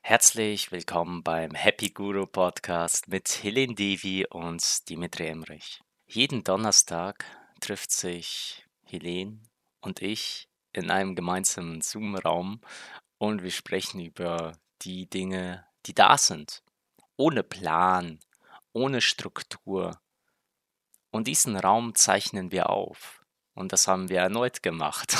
Herzlich willkommen beim Happy Guru Podcast mit Helene Devi und Dimitri Emrich. Jeden Donnerstag trifft sich Helene und ich in einem gemeinsamen Zoom-Raum und wir sprechen über die Dinge, die da sind. Ohne Plan, ohne Struktur. Und diesen Raum zeichnen wir auf. Und das haben wir erneut gemacht.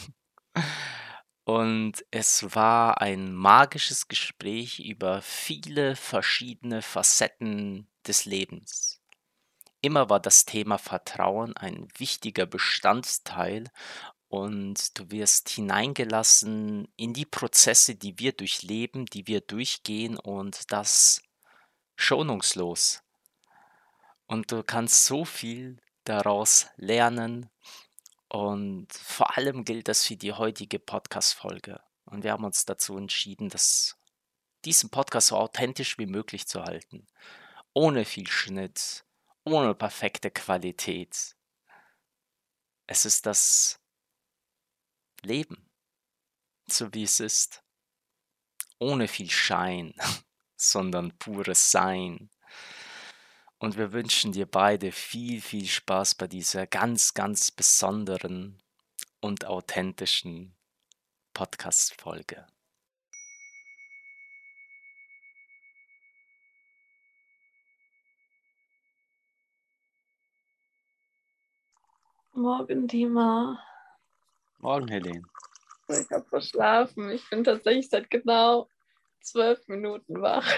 Und es war ein magisches Gespräch über viele verschiedene Facetten des Lebens. Immer war das Thema Vertrauen ein wichtiger Bestandteil und du wirst hineingelassen in die Prozesse, die wir durchleben, die wir durchgehen und das schonungslos. Und du kannst so viel daraus lernen und vor allem gilt das für die heutige Podcast-Folge. Und wir haben uns dazu entschieden, diesen Podcast so authentisch wie möglich zu halten. Ohne viel Schnitt, ohne perfekte Qualität. Es ist das Leben, so wie es ist. Ohne viel Schein, sondern pures Sein. Und wir wünschen dir beide viel, viel Spaß bei dieser ganz, ganz besonderen und authentischen Podcast-Folge. Morgen, Dima. Morgen, Helene. Ich habe verschlafen. Ich bin tatsächlich seit genau 12 Minuten wach.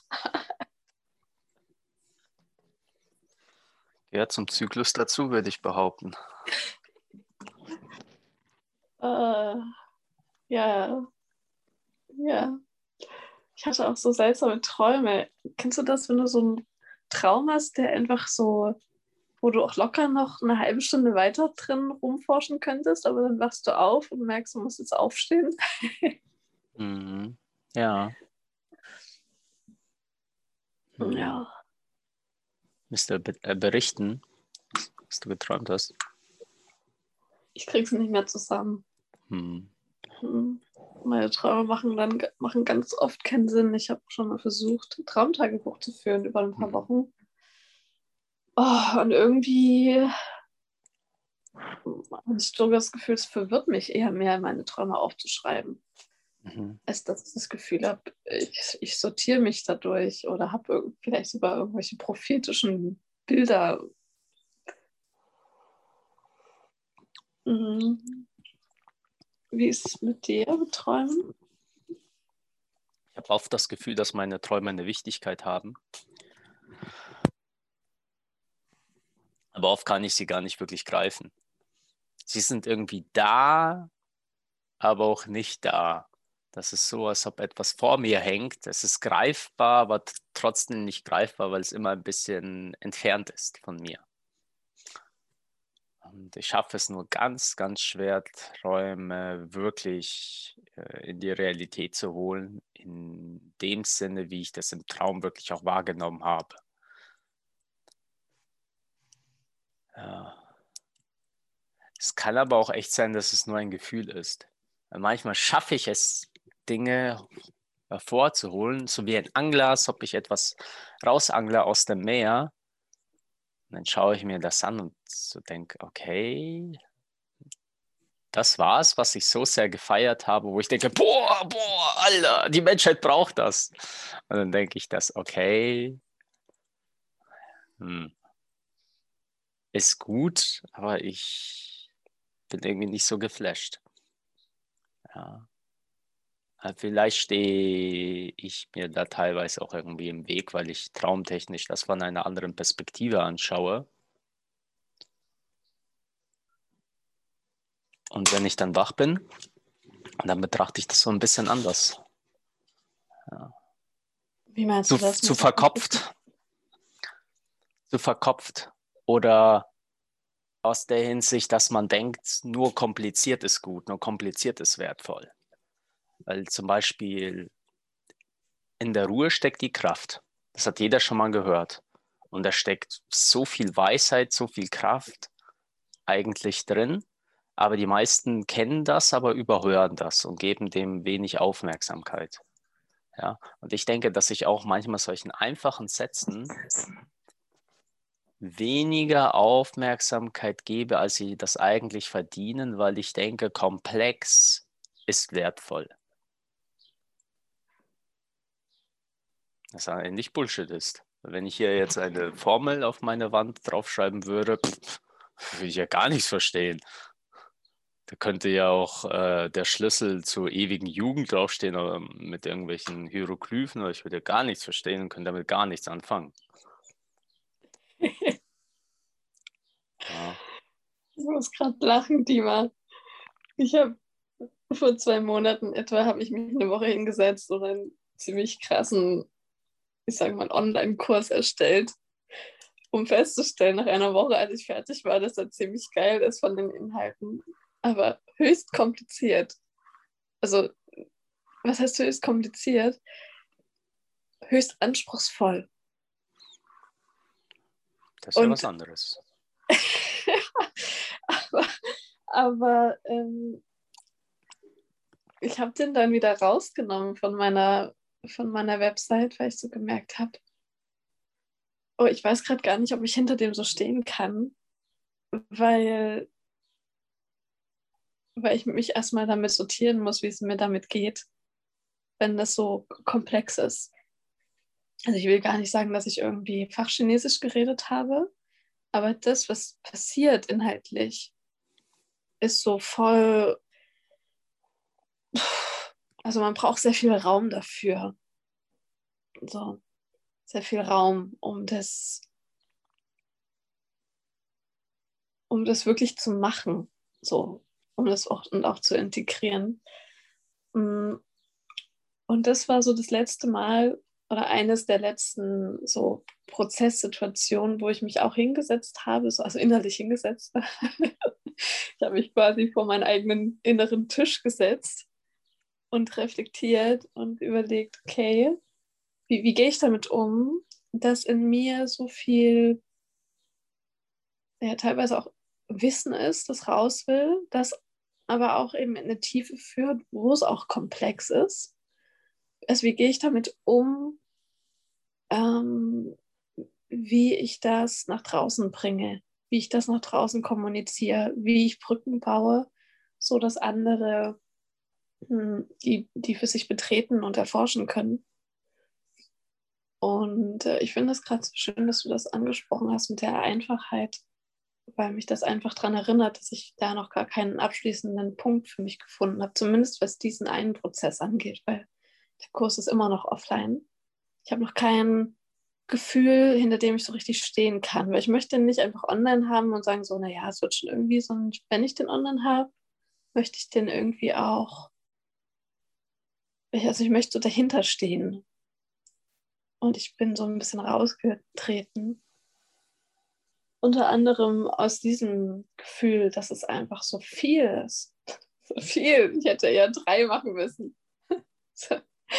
Gehört zum Zyklus dazu, würde ich behaupten. Ja. Ich hatte auch so seltsame Träume. Kennst du das, wenn du so einen Traum hast, der einfach so, wo du auch locker noch eine halbe Stunde weiter drin rumforschen könntest, aber dann wachst du auf und merkst, du musst jetzt aufstehen? Mhm. Ja. Ja. Müsst ihr berichten, was du geträumt hast? Ich krieg's nicht mehr zusammen. Meine Träume machen ganz oft keinen Sinn. Ich habe schon mal versucht, Traumtagebuch zu führen über ein paar Wochen. Oh, und irgendwie habe ich so das Gefühl, es verwirrt mich eher mehr, meine Träume aufzuschreiben, als dass ich das Gefühl habe, ich sortiere mich dadurch oder habe vielleicht sogar irgendwelche prophetischen Bilder. Wie ist es mit dir, mit Träumen? Ich habe oft das Gefühl, dass meine Träume eine Wichtigkeit haben. Aber oft kann ich sie gar nicht wirklich greifen. Sie sind irgendwie da, aber auch nicht da. Das ist so, als ob etwas vor mir hängt. Es ist greifbar, aber trotzdem nicht greifbar, weil es immer ein bisschen entfernt ist von mir. Und ich schaffe es nur ganz, ganz schwer, Träume wirklich in die Realität zu holen, in dem Sinne, wie ich das im Traum wirklich auch wahrgenommen habe. Ja. Es kann aber auch echt sein, dass es nur ein Gefühl ist. Weil manchmal schaffe ich es, Dinge hervorzuholen, so wie ein Angler, als ob ich etwas rausangler aus dem Meer. Und dann schaue ich mir das an und so denke, okay, das war's, was ich so sehr gefeiert habe, wo ich denke, boah, Alter, die Menschheit braucht das. Und dann denke ich das, okay, ist gut, aber ich bin irgendwie nicht so geflasht. Ja. Vielleicht stehe ich mir da teilweise auch irgendwie im Weg, weil ich traumtechnisch das von einer anderen Perspektive anschaue. Und wenn ich dann wach bin, dann betrachte ich das so ein bisschen anders. Ja. Wie meinst du das? Zu verkopft. Zu verkopft. Oder aus der Hinsicht, dass man denkt, nur kompliziert ist gut, nur kompliziert ist wertvoll. Weil zum Beispiel in der Ruhe steckt die Kraft. Das hat jeder schon mal gehört. Und da steckt so viel Weisheit, so viel Kraft eigentlich drin. Aber die meisten kennen das, aber überhören das und geben dem wenig Aufmerksamkeit. Ja, und ich denke, dass ich auch manchmal solchen einfachen Sätzen weniger Aufmerksamkeit gebe, als sie das eigentlich verdienen, weil ich denke, komplex ist wertvoll. Das eigentlich Bullshit ist. Wenn ich hier jetzt eine Formel auf meine Wand draufschreiben würde, würde ich ja gar nichts verstehen. Da könnte ja auch der Schlüssel zur ewigen Jugend draufstehen oder mit irgendwelchen Hieroglyphen, aber ich würde ja gar nichts verstehen und könnte damit gar nichts anfangen. Ja. Ich muss gerade lachen, Dima. Ich habe vor 2 Monaten etwa, habe ich mich eine Woche hingesetzt und einen ziemlich krassen, ich sage mal, Online-Kurs erstellt, um festzustellen, nach einer Woche, als ich fertig war, dass er ziemlich geil ist von den Inhalten, aber höchst kompliziert. Also, was heißt höchst kompliziert? Höchst anspruchsvoll. Das ist ja was Und anderes. aber, aber ich habe den dann wieder rausgenommen von meiner Website, weil ich so gemerkt habe, oh, ich weiß gerade gar nicht, ob ich hinter dem so stehen kann, weil, weil ich mich erstmal damit sortieren muss, wie es mir damit geht, wenn das so komplex ist. Also ich will gar nicht sagen, dass ich irgendwie Fachchinesisch geredet habe, aber das, was passiert inhaltlich, ist so voll, also man braucht sehr viel Raum dafür. So, sehr viel Raum, um das wirklich zu machen. So, um das auch, und auch zu integrieren. Mm, Und das war so das letzte Mal oder eines der letzten so Prozesssituationen, wo ich mich auch hingesetzt habe, so, also innerlich hingesetzt. Ich habe mich quasi vor meinen eigenen inneren Tisch gesetzt und reflektiert und überlegt, okay, wie gehe ich damit um, dass in mir so viel, ja, teilweise auch Wissen ist, das raus will, das aber auch eben in eine Tiefe führt, wo es auch komplex ist. Also wie gehe ich damit um, ähm, wie ich das nach draußen bringe, wie ich das nach draußen kommuniziere, wie ich Brücken baue, so dass andere die für sich betreten und erforschen können. Und ich finde es gerade so schön, dass du das angesprochen hast mit der Einfachheit, weil mich das einfach daran erinnert, dass ich da noch gar keinen abschließenden Punkt für mich gefunden habe, zumindest was diesen einen Prozess angeht, weil der Kurs ist immer noch offline. Ich habe noch kein Gefühl, hinter dem ich so richtig stehen kann, weil ich möchte den nicht einfach online haben und sagen so, naja, es wird schon irgendwie, sondern wenn ich den online habe, möchte ich den irgendwie auch, also ich möchte so dahinter stehen. Und ich bin so ein bisschen rausgetreten. Unter anderem aus diesem Gefühl, dass es einfach so viel ist. So viel. Ich hätte ja 3 machen müssen. So,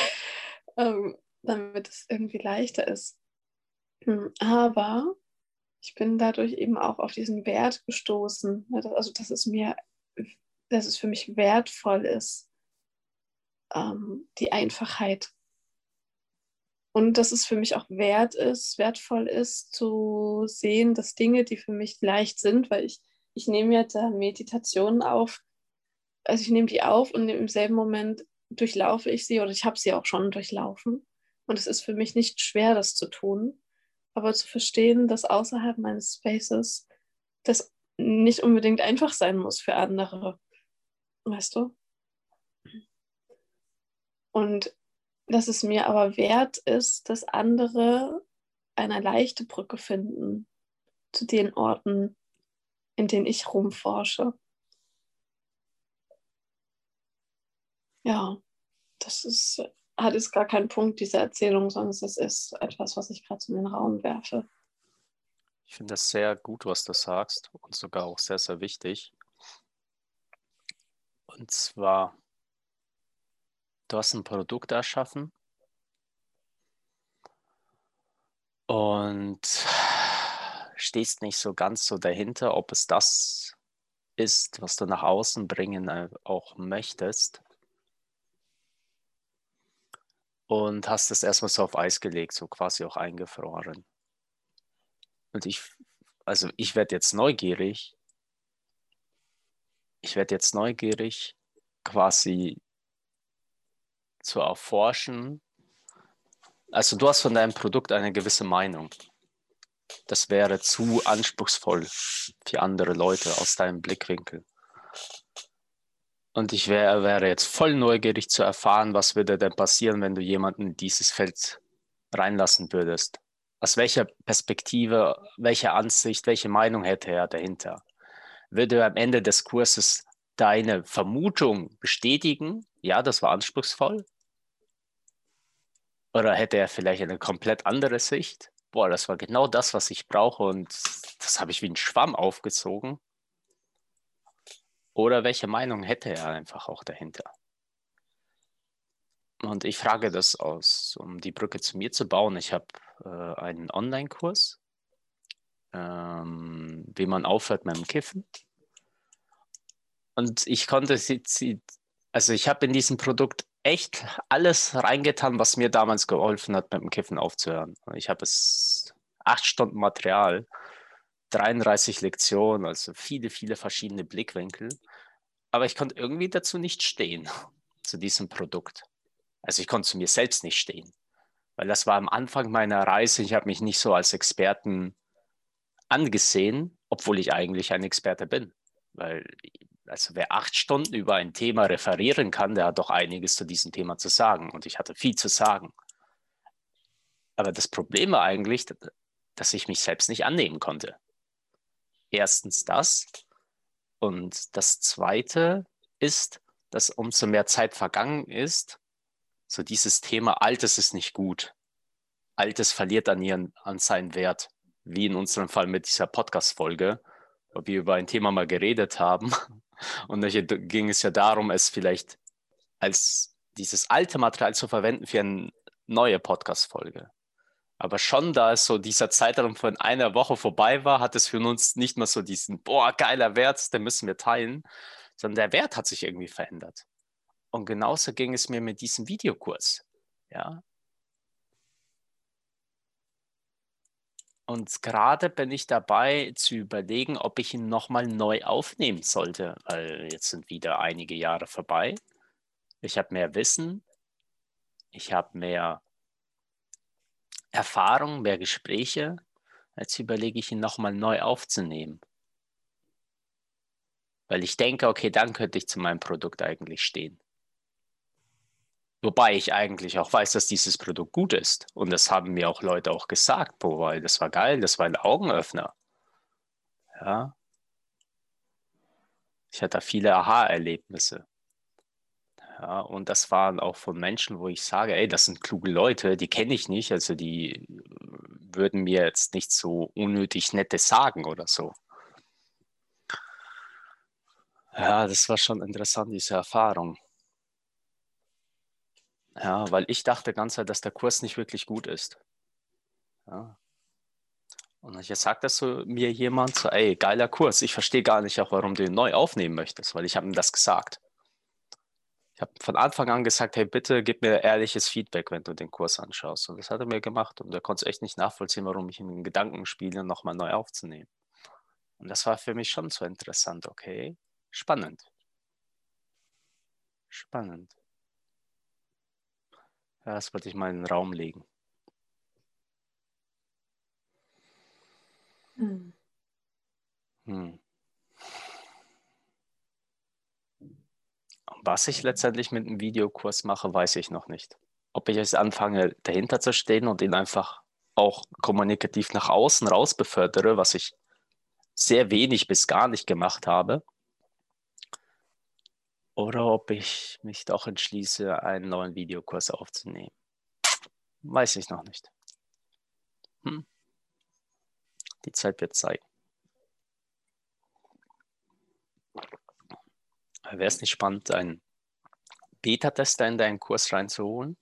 damit es irgendwie leichter ist. Aber ich bin dadurch eben auch auf diesen Wert gestoßen. Also, dass es für mich wertvoll ist, die Einfachheit. Und dass es für mich auch wertvoll ist, zu sehen, dass Dinge, die für mich leicht sind, weil ich nehme ja da Meditationen auf, also ich nehme die auf und im selben Moment durchlaufe ich sie oder ich habe sie auch schon durchlaufen. Und es ist für mich nicht schwer, das zu tun, aber zu verstehen, dass außerhalb meines Spaces das nicht unbedingt einfach sein muss für andere, weißt du? Und dass es mir aber wert ist, dass andere eine leichte Brücke finden zu den Orten, in denen ich rumforsche. Ja, das ist, hat jetzt gar keinen Punkt, diese Erzählung, sondern es ist etwas, was ich gerade so in den Raum werfe. Ich finde das sehr gut, was du sagst und sogar auch sehr, sehr wichtig. Und zwar, du hast ein Produkt erschaffen und stehst nicht so ganz so dahinter, ob es das ist, was du nach außen bringen auch möchtest. und hast das erstmal so auf Eis gelegt, so quasi auch eingefroren. Und ich werde jetzt neugierig. Ich werde jetzt neugierig, quasi zu erforschen. Also du hast von deinem Produkt eine gewisse Meinung. Das wäre zu anspruchsvoll für andere Leute aus deinem Blickwinkel. Und ich wäre jetzt voll neugierig zu erfahren, was würde denn passieren, wenn du jemanden in dieses Feld reinlassen würdest. Aus welcher Perspektive, welche Ansicht, welche Meinung hätte er dahinter? Würde er am Ende des Kurses deine Vermutung bestätigen? Ja, das war anspruchsvoll. Oder hätte er vielleicht eine komplett andere Sicht? Boah, das war genau das, was ich brauche und das habe ich wie ein Schwamm aufgezogen. Oder welche Meinung hätte er einfach auch dahinter? Und ich frage das aus, um die Brücke zu mir zu bauen. Ich habe einen Online-Kurs, wie man aufhört mit dem Kiffen. Und ich konnte also ich habe in diesem Produkt echt alles reingetan, was mir damals geholfen hat, mit dem Kiffen aufzuhören. Ich habe es 8 Stunden Material, 33 Lektionen, also viele, viele verschiedene Blickwinkel. Aber ich konnte irgendwie dazu nicht stehen, zu diesem Produkt. Also ich konnte zu mir selbst nicht stehen, weil das war am Anfang meiner Reise. Ich habe mich nicht so als Experten angesehen, obwohl ich eigentlich ein Experte bin. Weil, also wer 8 Stunden über ein Thema referieren kann, der hat doch einiges zu diesem Thema zu sagen. Und ich hatte viel zu sagen. Aber das Problem war eigentlich, dass ich mich selbst nicht annehmen konnte. Erstens das. Und das Zweite ist, dass umso mehr Zeit vergangen ist, so dieses Thema Altes ist nicht gut. Altes verliert an seinen Wert, wie in unserem Fall mit dieser Podcast-Folge, wo wir über ein Thema mal geredet haben. Und da ging es ja darum, es vielleicht als dieses alte Material zu verwenden für eine neue Podcast-Folge. Aber schon da es so dieser Zeitraum von einer Woche vorbei war, hat es für uns nicht mehr so diesen, boah, geiler Wert, den müssen wir teilen, sondern der Wert hat sich irgendwie verändert. Und genauso ging es mir mit diesem Videokurs. Ja, und gerade bin ich dabei zu überlegen, ob ich ihn nochmal neu aufnehmen sollte, weil jetzt sind wieder einige Jahre vorbei. Ich habe mehr Wissen, ich habe mehr Erfahrung, mehr Gespräche. Jetzt überlege ich ihn nochmal neu aufzunehmen, weil ich denke, okay, dann könnte ich zu meinem Produkt eigentlich stehen. Wobei ich eigentlich auch weiß, dass dieses Produkt gut ist. Und das haben mir auch Leute auch gesagt, boah, weil das war geil, das war ein Augenöffner. Ja, ich hatte viele Aha-Erlebnisse. Ja, und das waren auch von Menschen, wo ich sage, ey, das sind kluge Leute, die kenne ich nicht, also die würden mir jetzt nicht so unnötig Nettes sagen oder so. Ja, das war schon interessant, diese Erfahrung. Ja, weil ich dachte ganz Zeit, dass der Kurs nicht wirklich gut ist. Ja. Und jetzt sagt das so mir jemand so, ey, geiler Kurs, ich verstehe gar nicht auch, warum du ihn neu aufnehmen möchtest, weil ich habe ihm das gesagt. Ich habe von Anfang an gesagt, hey, bitte gib mir ehrliches Feedback, wenn du den Kurs anschaust. Und das hat er mir gemacht. Und er konnte es echt nicht nachvollziehen, warum ich in den Gedanken spiele, nochmal neu aufzunehmen. Und das war für mich schon so interessant. Okay, spannend. Spannend. Ja, das wollte ich mal in den Raum legen. Hm. Hm. Was ich letztendlich mit einem Videokurs mache, weiß ich noch nicht. Ob ich jetzt anfange, dahinter zu stehen und ihn einfach auch kommunikativ nach außen raus befördere, was ich sehr wenig bis gar nicht gemacht habe, oder ob ich mich doch entschließe, einen neuen Videokurs aufzunehmen. Weiß ich noch nicht. Hm. Die Zeit wird zeigen. Wäre es nicht spannend, einen Beta-Tester in deinen Kurs reinzuholen?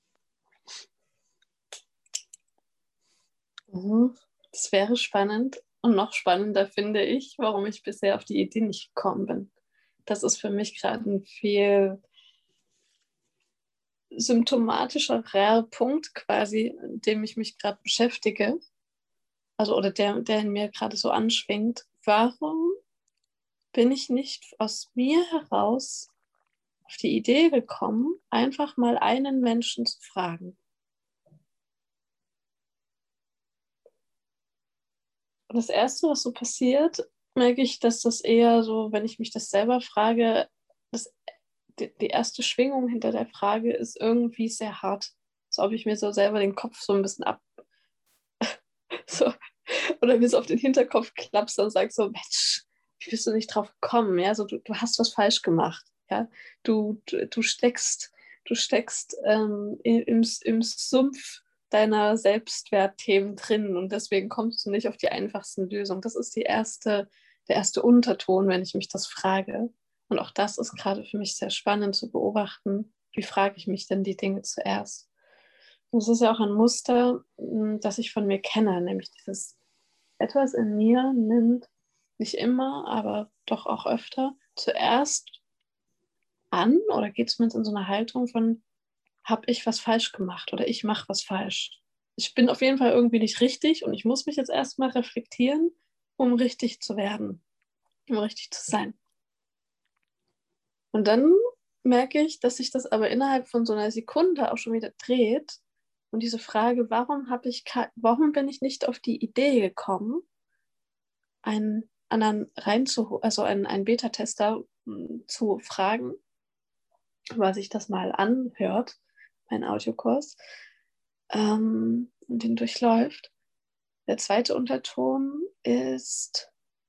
Mhm. Das wäre spannend. Und noch spannender finde ich, warum ich bisher auf die Idee nicht gekommen bin. Das ist für mich gerade ein viel symptomatischerer Punkt quasi, in dem ich mich gerade beschäftige, also oder der in mir gerade so anschwingt. Warum bin ich nicht aus mir heraus auf die Idee gekommen, einfach mal einen Menschen zu fragen? Und das Erste, was so passiert, merke ich, dass das eher so, wenn ich mich das selber frage, das, die erste Schwingung hinter der Frage ist irgendwie sehr hart. Als ob ich mir so selber den Kopf so ein bisschen so, oder mir so auf den Hinterkopf klappst und sagst so, Mensch, wie bist du nicht drauf gekommen? Ja, so, du hast was falsch gemacht. Ja, du steckst im Sumpf deiner Selbstwertthemen drin und deswegen kommst du nicht auf die einfachsten Lösungen. Das ist der erste Unterton, wenn ich mich das frage. Und auch das ist gerade für mich sehr spannend zu beobachten. Wie frage ich mich denn die Dinge zuerst? Und es ist ja auch ein Muster, das ich von mir kenne, nämlich dieses etwas in mir nimmt, nicht immer, aber doch auch öfter, zuerst an oder geht zumindest in so eine Haltung von, habe ich was falsch gemacht oder ich mache was falsch. Ich bin auf jeden Fall irgendwie nicht richtig und ich muss mich jetzt erstmal reflektieren, um richtig zu werden, um richtig zu sein. Und dann merke ich, dass sich das aber innerhalb von so einer Sekunde auch schon wieder dreht. Und diese Frage, warum bin ich nicht auf die Idee gekommen, einen anderen also einen Beta-Tester zu fragen, weil sich das mal anhört, mein Audiokurs, und den durchläuft. Der zweite Unterton ist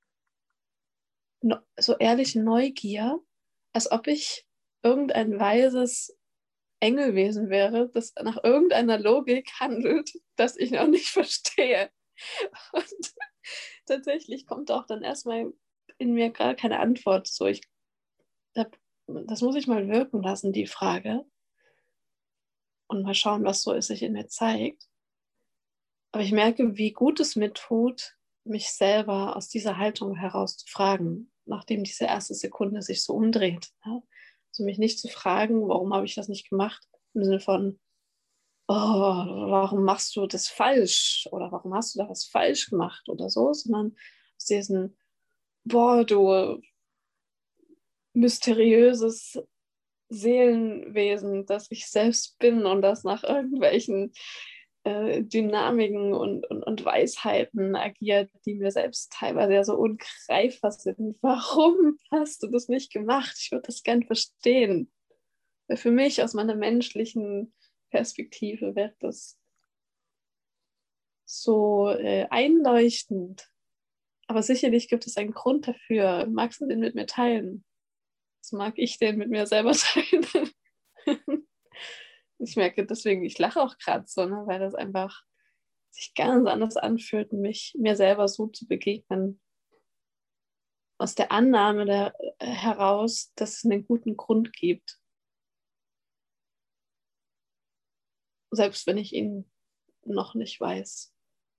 so ehrliche Neugier, als ob ich irgendein weises Engelwesen wäre, das nach irgendeiner Logik handelt, das ich noch nicht verstehe. Und tatsächlich kommt auch dann erstmal in mir gar keine Antwort. So, das muss ich mal wirken lassen, die Frage. Und mal schauen, was so ist, sich in mir zeigt. Aber ich merke, wie gut es mir tut, mich selber aus dieser Haltung heraus zu fragen, nachdem diese erste Sekunde sich so umdreht. Ja? Also mich nicht zu fragen, warum habe ich das nicht gemacht, im Sinne von, oh, warum machst du das falsch oder warum hast du da was falsch gemacht oder so, sondern aus diesem, boah, du mysteriöses Seelenwesen, das ich selbst bin und das nach irgendwelchen Dynamiken und Weisheiten agiert, die mir selbst teilweise ja so ungreifbar sind. Warum hast du das nicht gemacht? Ich würde das gern verstehen. Weil für mich aus meiner menschlichen Perspektive wäre das so einleuchtend. Aber sicherlich gibt es einen Grund dafür. Magst du den mit mir teilen? Was mag ich denn mit mir selber teilen? Ich merke deswegen, ich lache auch gerade so, ne, weil das einfach sich ganz anders anfühlt, mir selber so zu begegnen. Aus der Annahme heraus, dass es einen guten Grund gibt. Selbst wenn ich ihn noch nicht weiß.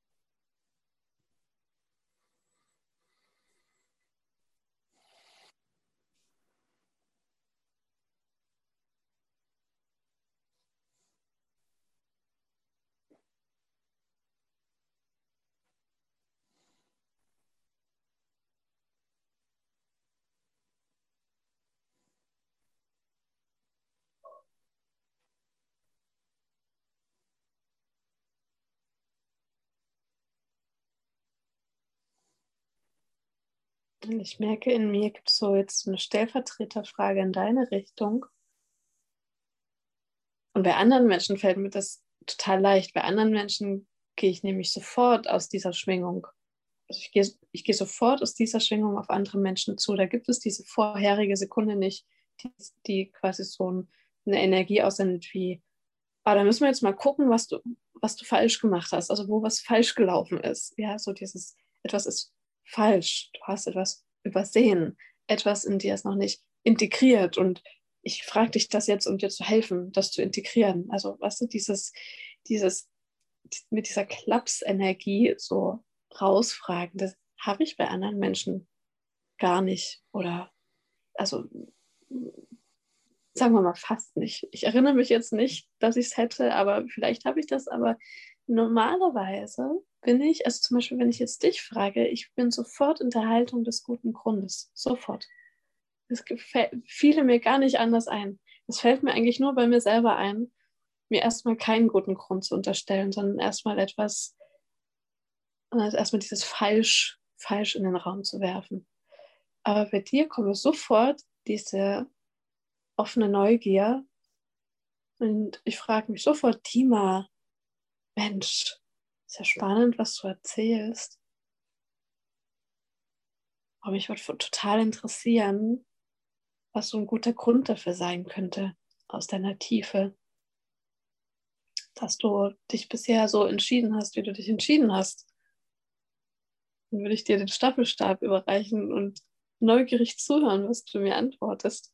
Und ich merke, in mir gibt es so jetzt eine Stellvertreterfrage in deine Richtung. Und bei anderen Menschen fällt mir das total leicht. Bei anderen Menschen gehe ich nämlich sofort aus dieser Schwingung. Also ich gehe sofort aus dieser Schwingung auf andere Menschen zu. Da gibt es diese vorherige Sekunde nicht, die quasi so eine Energie aussendet wie, da müssen wir jetzt mal gucken, was du falsch gemacht hast, also wo was falsch gelaufen ist. Ja, so dieses, etwas ist falsch, du hast etwas übersehen, etwas in dir ist noch nicht integriert und ich frage dich das jetzt, um dir zu helfen, das zu integrieren. Also, weißt du, dieses mit dieser Klapsenergie so rausfragen, das habe ich bei anderen Menschen gar nicht. Oder also sagen wir mal fast nicht. Ich erinnere mich jetzt nicht, dass ich es hätte, aber vielleicht habe ich das. Aber normalerweise bin ich, also zum Beispiel, wenn ich jetzt dich frage, ich bin sofort in der Haltung des guten Grundes. Sofort. Es fiele mir gar nicht anders ein. Es fällt mir eigentlich nur bei mir selber ein, mir erstmal keinen guten Grund zu unterstellen, sondern erstmal etwas, also erstmal dieses falsch in den Raum zu werfen. Aber bei dir kommt sofort diese offene Neugier und ich frage mich sofort, Tima, Mensch, ist ja spannend, was du erzählst. Aber mich würde total interessieren, was so ein guter Grund dafür sein könnte, aus deiner Tiefe, dass du dich bisher so entschieden hast, wie du dich entschieden hast. Dann würde ich dir den Staffelstab überreichen und neugierig zuhören, was du mir antwortest.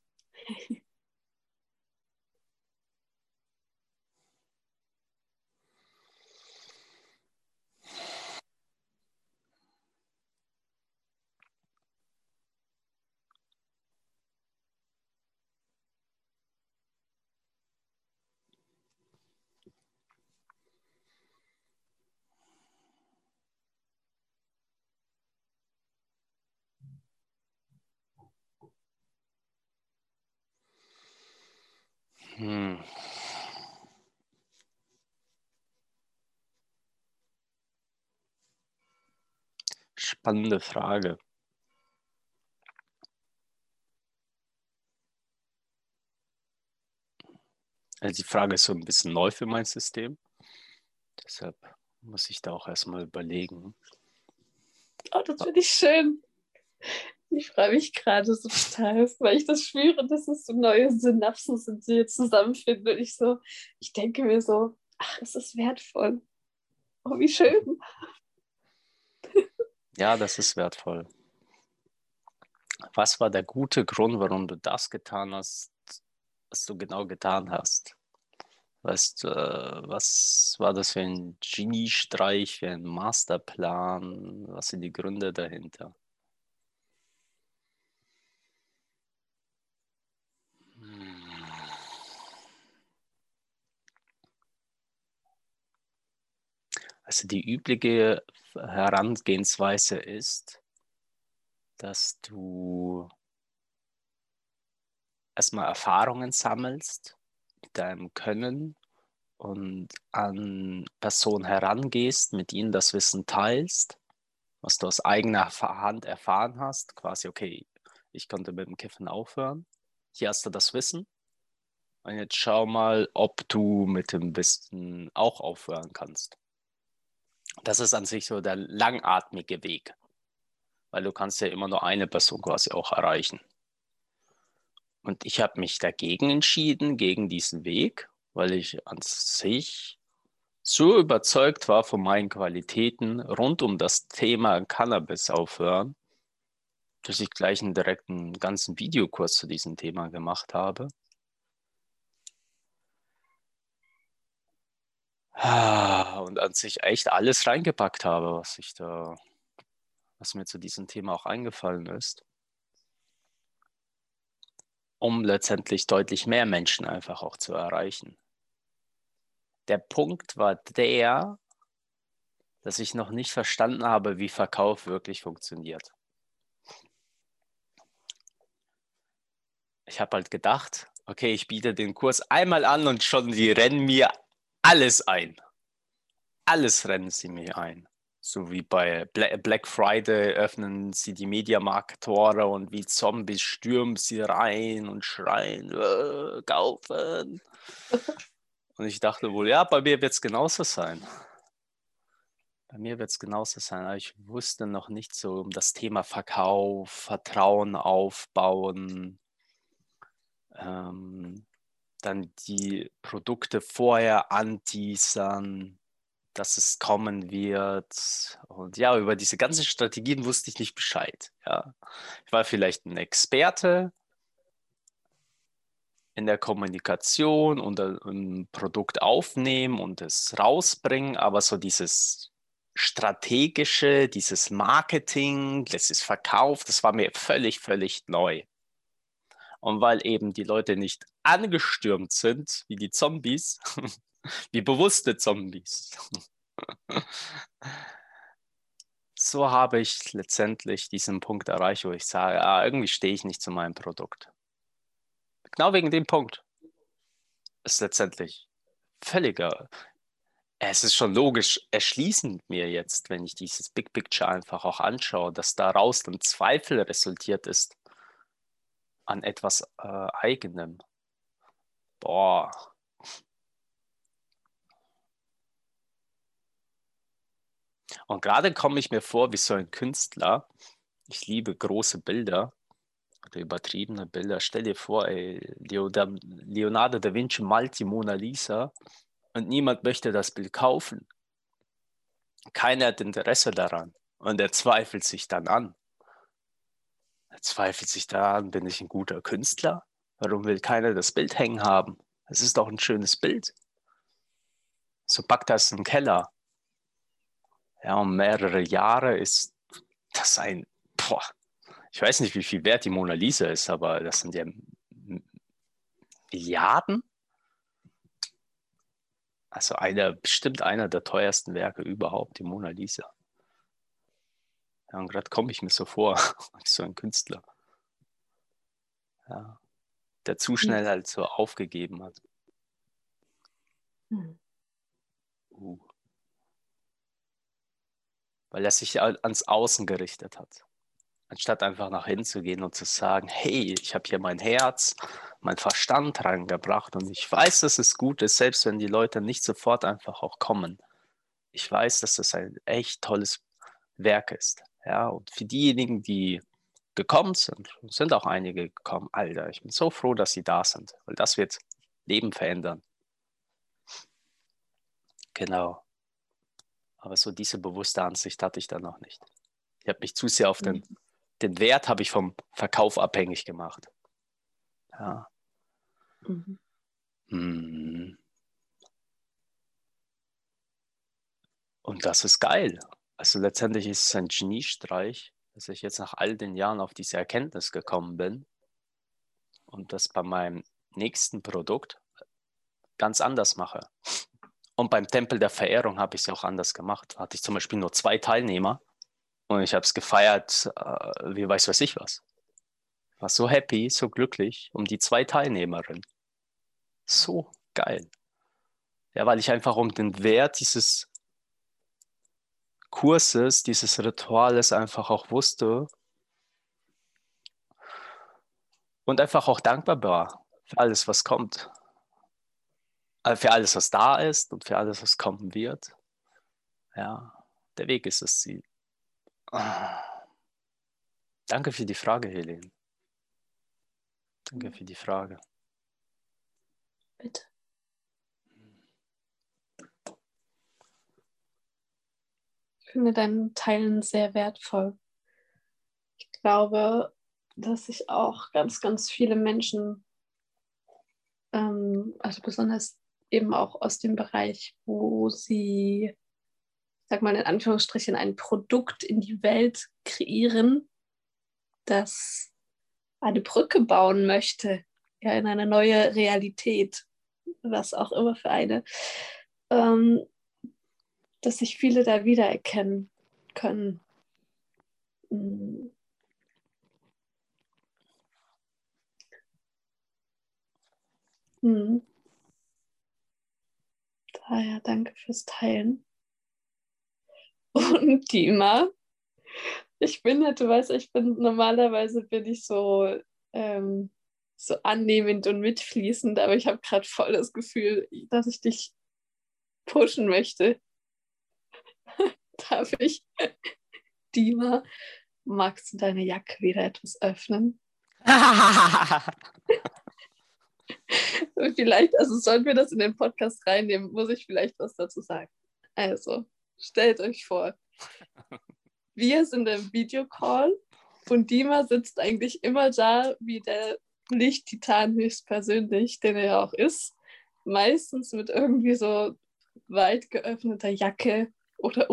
Hm. Spannende Frage. Also die Frage ist so ein bisschen neu für mein System. Deshalb muss ich da auch erstmal überlegen. Oh, das finde ich schön. Ich freue mich gerade so total, weil ich das spüre, dass es so neue Synapsen sind, die jetzt zusammenfinden. Und ich denke mir so, ach, es ist wertvoll. Oh, wie schön. Ja, das ist wertvoll. Was war der gute Grund, warum du das getan hast, was du genau getan hast? Weißt, was war das für ein Geniestreich, für ein Masterplan? Was sind die Gründe dahinter? Also die übliche Herangehensweise ist, dass du erstmal Erfahrungen sammelst mit deinem Können und an Personen herangehst, mit ihnen das Wissen teilst, was du aus eigener Hand erfahren hast. Quasi, okay, ich konnte mit dem Kiffen aufhören. Hier hast du das Wissen. Und jetzt schau mal, ob du mit dem Wissen auch aufhören kannst. Das ist an sich so der langatmige Weg, weil du kannst ja immer nur eine Person quasi auch erreichen. Und ich habe mich dagegen entschieden, gegen diesen Weg, weil ich an sich so überzeugt war von meinen Qualitäten rund um das Thema Cannabis aufhören, dass ich gleich einen direkten ganzen Videokurs zu diesem Thema gemacht habe. Und an sich echt alles reingepackt habe, was mir zu diesem Thema auch eingefallen ist, um letztendlich deutlich mehr Menschen einfach auch zu erreichen. Der Punkt war der, dass ich noch nicht verstanden habe, wie Verkauf wirklich funktioniert. Ich habe halt gedacht, okay, ich biete den Kurs einmal an und schon, die rennen mir alles ein. Alles rennen sie mir ein. So wie bei Black Friday öffnen sie die Mediamarkt-Tore und wie Zombies stürmen sie rein und schreien, kaufen. Und ich dachte wohl, ja, bei mir wird es genauso sein. Bei mir wird es genauso sein, aber ich wusste noch nicht so um das Thema Verkauf, Vertrauen aufbauen, dann die Produkte vorher anteasern, dass es kommen wird. Und ja, über diese ganzen Strategien wusste ich nicht Bescheid. Ja. Ich war vielleicht ein Experte in der Kommunikation und ein Produkt aufnehmen und es rausbringen, aber so dieses strategische, dieses Marketing, das ist Verkauf, das war mir völlig, völlig neu. Und weil eben die Leute nicht angestürmt sind, wie die Zombies, wie bewusste Zombies, so habe ich letztendlich diesen Punkt erreicht, wo ich sage, irgendwie stehe ich nicht zu meinem Produkt. Genau wegen dem Punkt ist letztendlich völliger. Es ist schon logisch erschließend mir jetzt, wenn ich dieses Big Picture einfach auch anschaue, dass daraus ein Zweifel resultiert ist an etwas Eigenem. Boah. Und gerade komme ich mir vor wie so ein Künstler. Ich liebe große Bilder oder übertriebene Bilder. Stell dir vor, ey, Leonardo da Vinci malt die Mona Lisa und niemand möchte das Bild kaufen. Keiner hat Interesse daran. Und er zweifelt sich dann an. Er zweifelt sich daran, bin ich ein guter Künstler? Warum will keiner das Bild hängen haben? Es ist doch ein schönes Bild. So packt das im Keller. Ja, um mehrere Jahre ist das ich weiß nicht, wie viel wert die Mona Lisa ist, aber das sind ja Milliarden. Also bestimmt einer der teuersten Werke überhaupt, die Mona Lisa. Ja, und gerade komme ich mir so vor, als so ein Künstler, ja, der zu schnell halt so aufgegeben hat. Weil er sich ans Außen gerichtet hat. Anstatt einfach nach hinten zu gehen und zu sagen, hey, ich habe hier mein Herz, mein Verstand reingebracht und ich weiß, dass es gut ist, selbst wenn die Leute nicht sofort einfach auch kommen. Ich weiß, dass das ein echt tolles Werk ist. Ja, und für diejenigen, die gekommen sind auch einige gekommen. Alter, ich bin so froh, dass sie da sind, weil das wird Leben verändern. Genau. Aber so diese bewusste Ansicht hatte ich dann noch nicht. Ich habe mich zu sehr auf den Wert habe ich vom Verkauf abhängig gemacht. Ja. Und das ist geil. Also letztendlich ist es ein Geniestreich, dass ich jetzt nach all den Jahren auf diese Erkenntnis gekommen bin und das bei meinem nächsten Produkt ganz anders mache. Und beim Tempel der Verehrung habe ich es auch anders gemacht. Da hatte ich zum Beispiel nur 2 Teilnehmer und ich habe es gefeiert, wie weiß ich was. War so happy, so glücklich um die 2 Teilnehmerinnen. So geil. Ja, weil ich einfach um den Wert dieses Kurses, dieses Rituales einfach auch wusste und einfach auch dankbar war für alles, was kommt. Für alles, was da ist und für alles, was kommen wird. Ja, der Weg ist das Ziel. Danke für die Frage, Helene. Danke für die Frage. Bitte. Ich finde dein Teilen sehr wertvoll. Ich glaube, dass sich auch ganz, ganz viele Menschen, also besonders eben auch aus dem Bereich, wo sie, sag mal in Anführungsstrichen, ein Produkt in die Welt kreieren, das eine Brücke bauen möchte, ja, in eine neue Realität, was auch immer für eine, dass sich viele da wiedererkennen können. Daher danke fürs Teilen. Und Dima, ich bin ja, du weißt, normalerweise bin ich so, so annehmend und mitfließend, aber ich habe gerade voll das Gefühl, dass ich dich pushen möchte. Darf ich? Dima, magst du deine Jacke wieder etwas öffnen? Vielleicht, also sollten wir das in den Podcast reinnehmen, muss ich vielleicht was dazu sagen. Also, stellt euch vor, wir sind im Videocall und Dima sitzt eigentlich immer da wie der Lichttitan höchstpersönlich, den er ja auch ist. Meistens mit irgendwie so weit geöffneter Jacke oder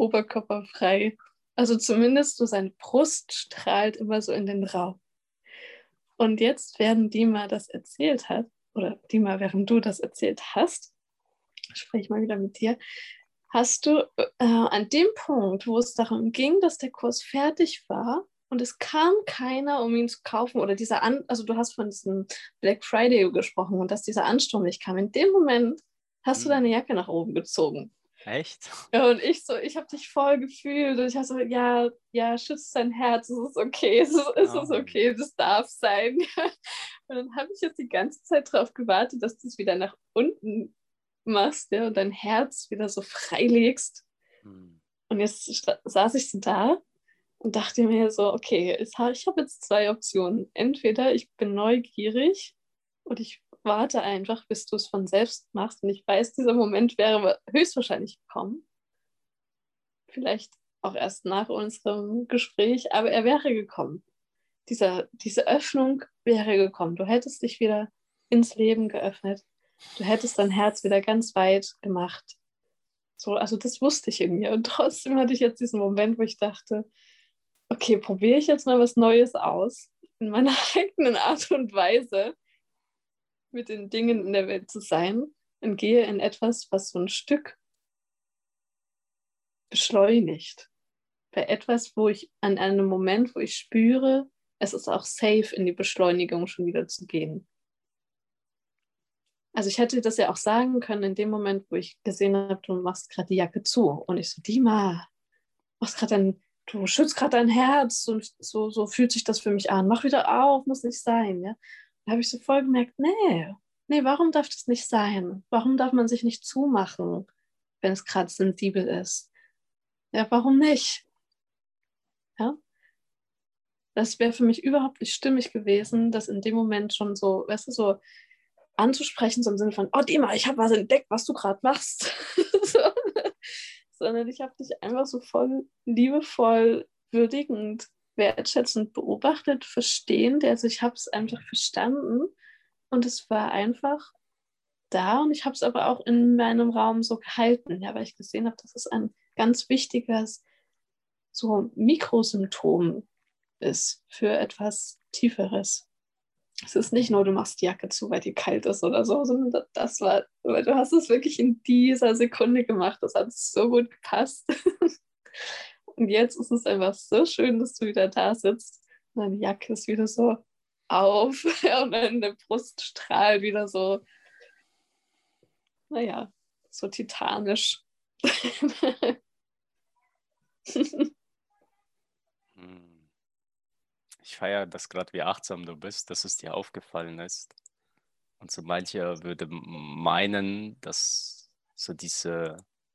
oberkörperfrei. Also zumindest so seine Brust strahlt immer so in den Raum. Und jetzt, während Dima das erzählt hat, oder Dima, während du das erzählt hast, spreche ich mal wieder mit dir, hast du an dem Punkt, wo es darum ging, dass der Kurs fertig war und es kam keiner, um ihn zu kaufen, oder also du hast von diesem Black Friday gesprochen und dass dieser Ansturm nicht kam. In dem Moment hast du deine Jacke nach oben gezogen. Echt? Ja, und ich habe dich voll gefühlt und ich habe so, ja, ja, schützt dein Herz, es ist okay, es ist okay, das darf sein. Und dann habe ich jetzt die ganze Zeit darauf gewartet, dass du es wieder nach unten machst, ja, und dein Herz wieder so freilegst. Hm. Und jetzt saß ich so da und dachte mir so, okay, ich habe jetzt zwei Optionen. Entweder ich bin neugierig und ich warte einfach, bis du es von selbst machst. Und ich weiß, dieser Moment wäre höchstwahrscheinlich gekommen. Vielleicht auch erst nach unserem Gespräch, aber er wäre gekommen. Diese Öffnung wäre gekommen. Du hättest dich wieder ins Leben geöffnet. Du hättest dein Herz wieder ganz weit gemacht. So, also das wusste ich irgendwie. Und trotzdem hatte ich jetzt diesen Moment, wo ich dachte, okay, probiere ich jetzt mal was Neues aus, in meiner eigenen Art und Weise mit den Dingen in der Welt zu sein und gehe in etwas, was so ein Stück beschleunigt. Bei etwas, wo ich an einem Moment, wo ich spüre, es ist auch safe, in die Beschleunigung schon wieder zu gehen. Also ich hätte das ja auch sagen können in dem Moment, wo ich gesehen habe, du machst gerade die Jacke zu. Und ich so, Dima, du schützt gerade dein Herz und so fühlt sich das für mich an. Mach wieder auf, muss nicht sein. Ja? Da habe ich so voll gemerkt, nee, warum darf das nicht sein? Warum darf man sich nicht zumachen, wenn es gerade sensibel ist? Ja, warum nicht? Ja? Das wäre für mich überhaupt nicht stimmig gewesen, das in dem Moment schon so, weißt du, so anzusprechen, so im Sinne von, oh Dima, ich habe was entdeckt, was du gerade machst. So. Sondern ich habe dich einfach so voll liebevoll, würdigend, wertschätzend beobachtet, verstehend. Also ich habe es einfach verstanden und es war einfach da und ich habe es aber auch in meinem Raum so gehalten, ja, weil ich gesehen habe, dass es ein ganz wichtiges so Mikrosymptom ist für etwas Tieferes. Es ist nicht nur, du machst die Jacke zu, weil die kalt ist oder so, sondern das war, weil du hast es wirklich in dieser Sekunde gemacht. Das hat so gut gepasst. Und jetzt ist es einfach so schön, dass du wieder da sitzt. Und deine Jacke ist wieder so auf und deine Brust strahlt wieder so, naja, so titanisch. Hm. Ich feiere das gerade, wie achtsam du bist, dass es dir aufgefallen ist. Und so mancher würde meinen, dass so diese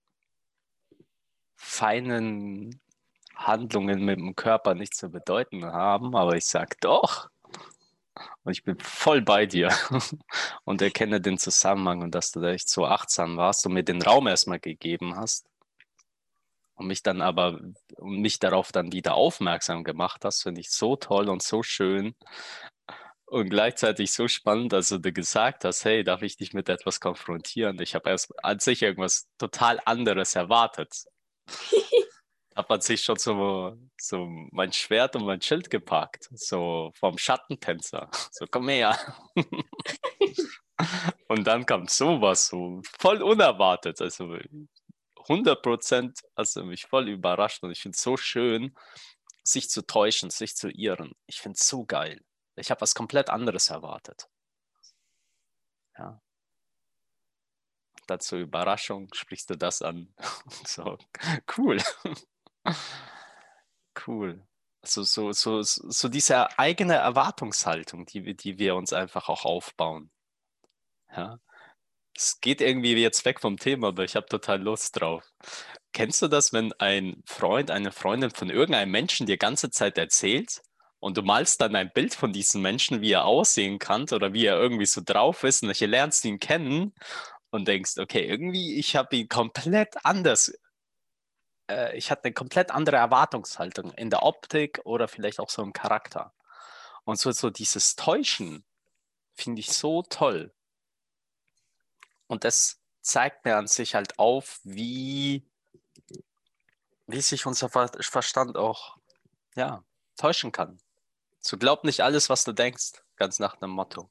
feinen Handlungen mit dem Körper nichts zu bedeuten haben, aber ich sag doch. Und ich bin voll bei dir und erkenne den Zusammenhang und dass du da echt so achtsam warst und mir den Raum erstmal gegeben hast und mich darauf dann wieder aufmerksam gemacht hast, finde ich so toll und so schön und gleichzeitig so spannend, dass du dir gesagt hast, hey, darf ich dich mit etwas konfrontieren? Ich habe erst an sich irgendwas total anderes erwartet. Hat man sich schon so mein Schwert und mein Schild gepackt, so vom Schattentänzer. So, komm her. Und dann kam sowas so voll unerwartet. Also 100%, also mich voll überrascht. Und ich finde es so schön, sich zu täuschen, sich zu irren. Ich finde es so geil. Ich habe was komplett anderes erwartet. Ja. Dann zur Überraschung sprichst du das an. So, cool. Cool. So diese eigene Erwartungshaltung, die wir uns einfach auch aufbauen. Ja. Es geht irgendwie jetzt weg vom Thema, aber ich habe total Lust drauf. Kennst du das, wenn ein Freund, eine Freundin von irgendeinem Menschen dir ganze Zeit erzählt und du malst dann ein Bild von diesem Menschen, wie er aussehen kann oder wie er irgendwie so drauf ist und du lernst ihn kennen und denkst, okay, irgendwie, ich habe ihn komplett anders, ich hatte eine komplett andere Erwartungshaltung in der Optik oder vielleicht auch so im Charakter. Und so dieses Täuschen finde ich so toll. Und das zeigt mir an sich halt auf, wie sich unser Verstand auch, ja, täuschen kann. So glaub nicht alles, was du denkst. ganz nach dem Motto.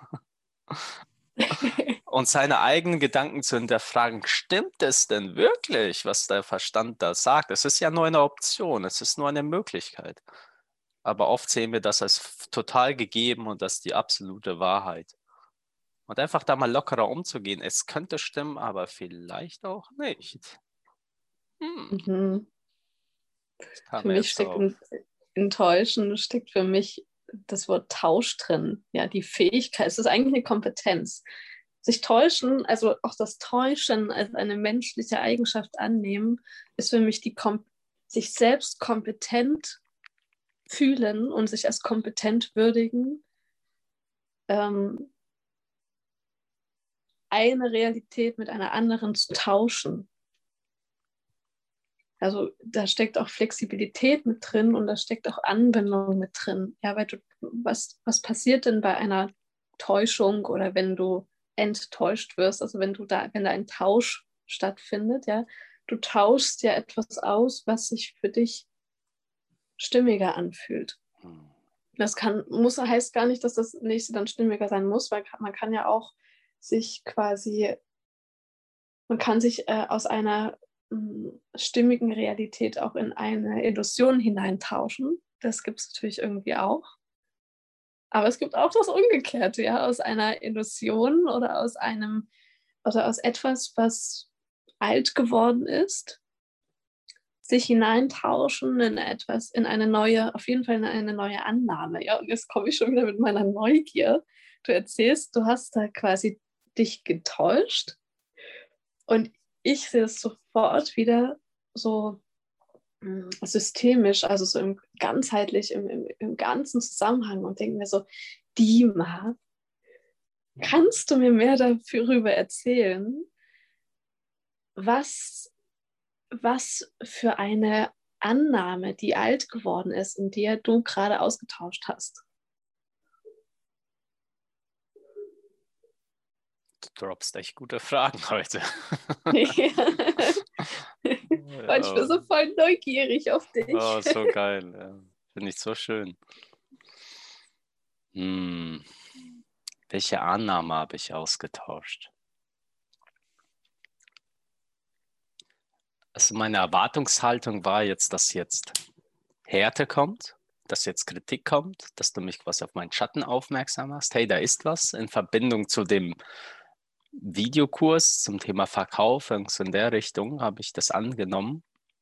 Und seine eigenen Gedanken zu hinterfragen, stimmt es denn wirklich, was der Verstand da sagt? Es ist ja nur eine Option, es ist nur eine Möglichkeit. Aber oft sehen wir das als total gegeben und das die absolute Wahrheit. Und einfach da mal lockerer umzugehen. Es könnte stimmen, aber vielleicht auch nicht. Mhm. Das kam Für mir mich jetzt steckt auf. Enttäuschen, steckt für mich das Wort Tausch drin. Ja, die Fähigkeit, es ist eigentlich eine Kompetenz. Sich täuschen, also auch das Täuschen als eine menschliche Eigenschaft annehmen, ist für mich sich selbst kompetent fühlen und sich als kompetent würdigen, ähm, eine Realität mit einer anderen zu tauschen. Also da steckt auch Flexibilität mit drin und da steckt auch Anbindung mit drin. Ja, weil was passiert denn bei einer Täuschung oder wenn du enttäuscht wirst, also wenn da ein Tausch stattfindet, ja, du tauschst ja etwas aus, was sich für dich stimmiger anfühlt. Hm. Heißt gar nicht, dass das nächste dann stimmiger sein muss, weil man kann ja auch sich quasi, man kann sich aus einer stimmigen Realität auch in eine Illusion hineintauschen. Das gibt es natürlich irgendwie auch. Aber es gibt auch das Umgekehrte, ja, aus einer Illusion oder aus etwas, was alt geworden ist, sich hineintauschen in etwas, in eine neue, auf jeden Fall in eine neue Annahme. Ja, und jetzt komme ich schon wieder mit meiner Neugier. Du erzählst, du hast da quasi dich getäuscht und ich sehe es sofort wieder so systemisch, also so ganzheitlich, im ganzen Zusammenhang und denke mir so, Dima, kannst du mir mehr darüber erzählen, was, was für eine Annahme, die alt geworden ist, in der du gerade ausgetauscht hast? Du droppst echt gute Fragen heute. Weil ich bin so voll neugierig auf dich. Oh, so geil. Ja. Finde ich so schön. Hm. Welche Annahme habe ich ausgetauscht? Also meine Erwartungshaltung war jetzt, dass jetzt Härte kommt, dass jetzt Kritik kommt, dass du mich quasi auf meinen Schatten aufmerksam machst. Hey, da ist was in Verbindung zu dem Videokurs zum Thema Verkauf, so in der Richtung habe ich das angenommen.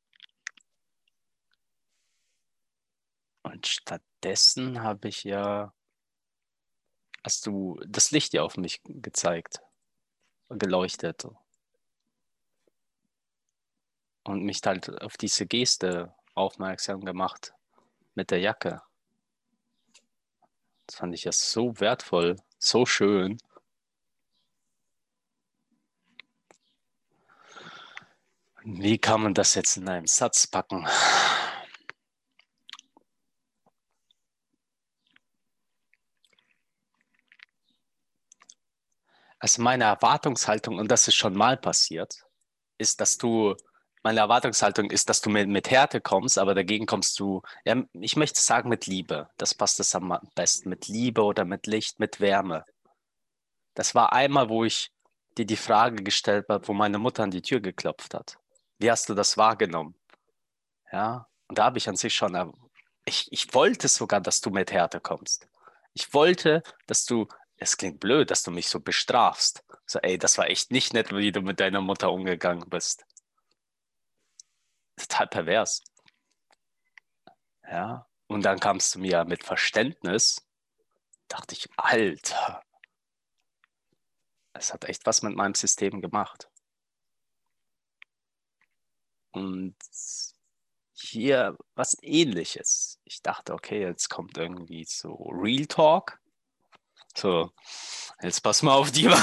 Und stattdessen habe ich ja, hast du das Licht ja auf mich gezeigt, geleuchtet und mich halt auf diese Geste aufmerksam gemacht mit der Jacke. Das fand ich ja so wertvoll, so schön. Wie kann man das jetzt in einen Satz packen? Also meine Erwartungshaltung, und das ist schon mal passiert, ist, meine Erwartungshaltung ist, dass du mit Härte kommst, aber dagegen kommst du, ja, ich möchte sagen mit Liebe. Das passt es am besten. Mit Liebe oder mit Licht, mit Wärme. Das war einmal, wo ich dir die Frage gestellt habe, wo meine Mutter an die Tür geklopft hat. Wie hast du das wahrgenommen? Ja, und da habe ich an sich schon, ich wollte sogar, dass du mit Härte kommst. Ich wollte, dass du, es klingt blöd, dass du mich so bestrafst. So, ey, das war echt nicht nett, wie du mit deiner Mutter umgegangen bist. Total pervers. Ja, und dann kamst du mir mit Verständnis, dachte ich, Alter, es hat echt was mit meinem System gemacht. Und hier was Ähnliches. Ich dachte, okay, jetzt kommt irgendwie so Real Talk. So, jetzt pass mal auf die.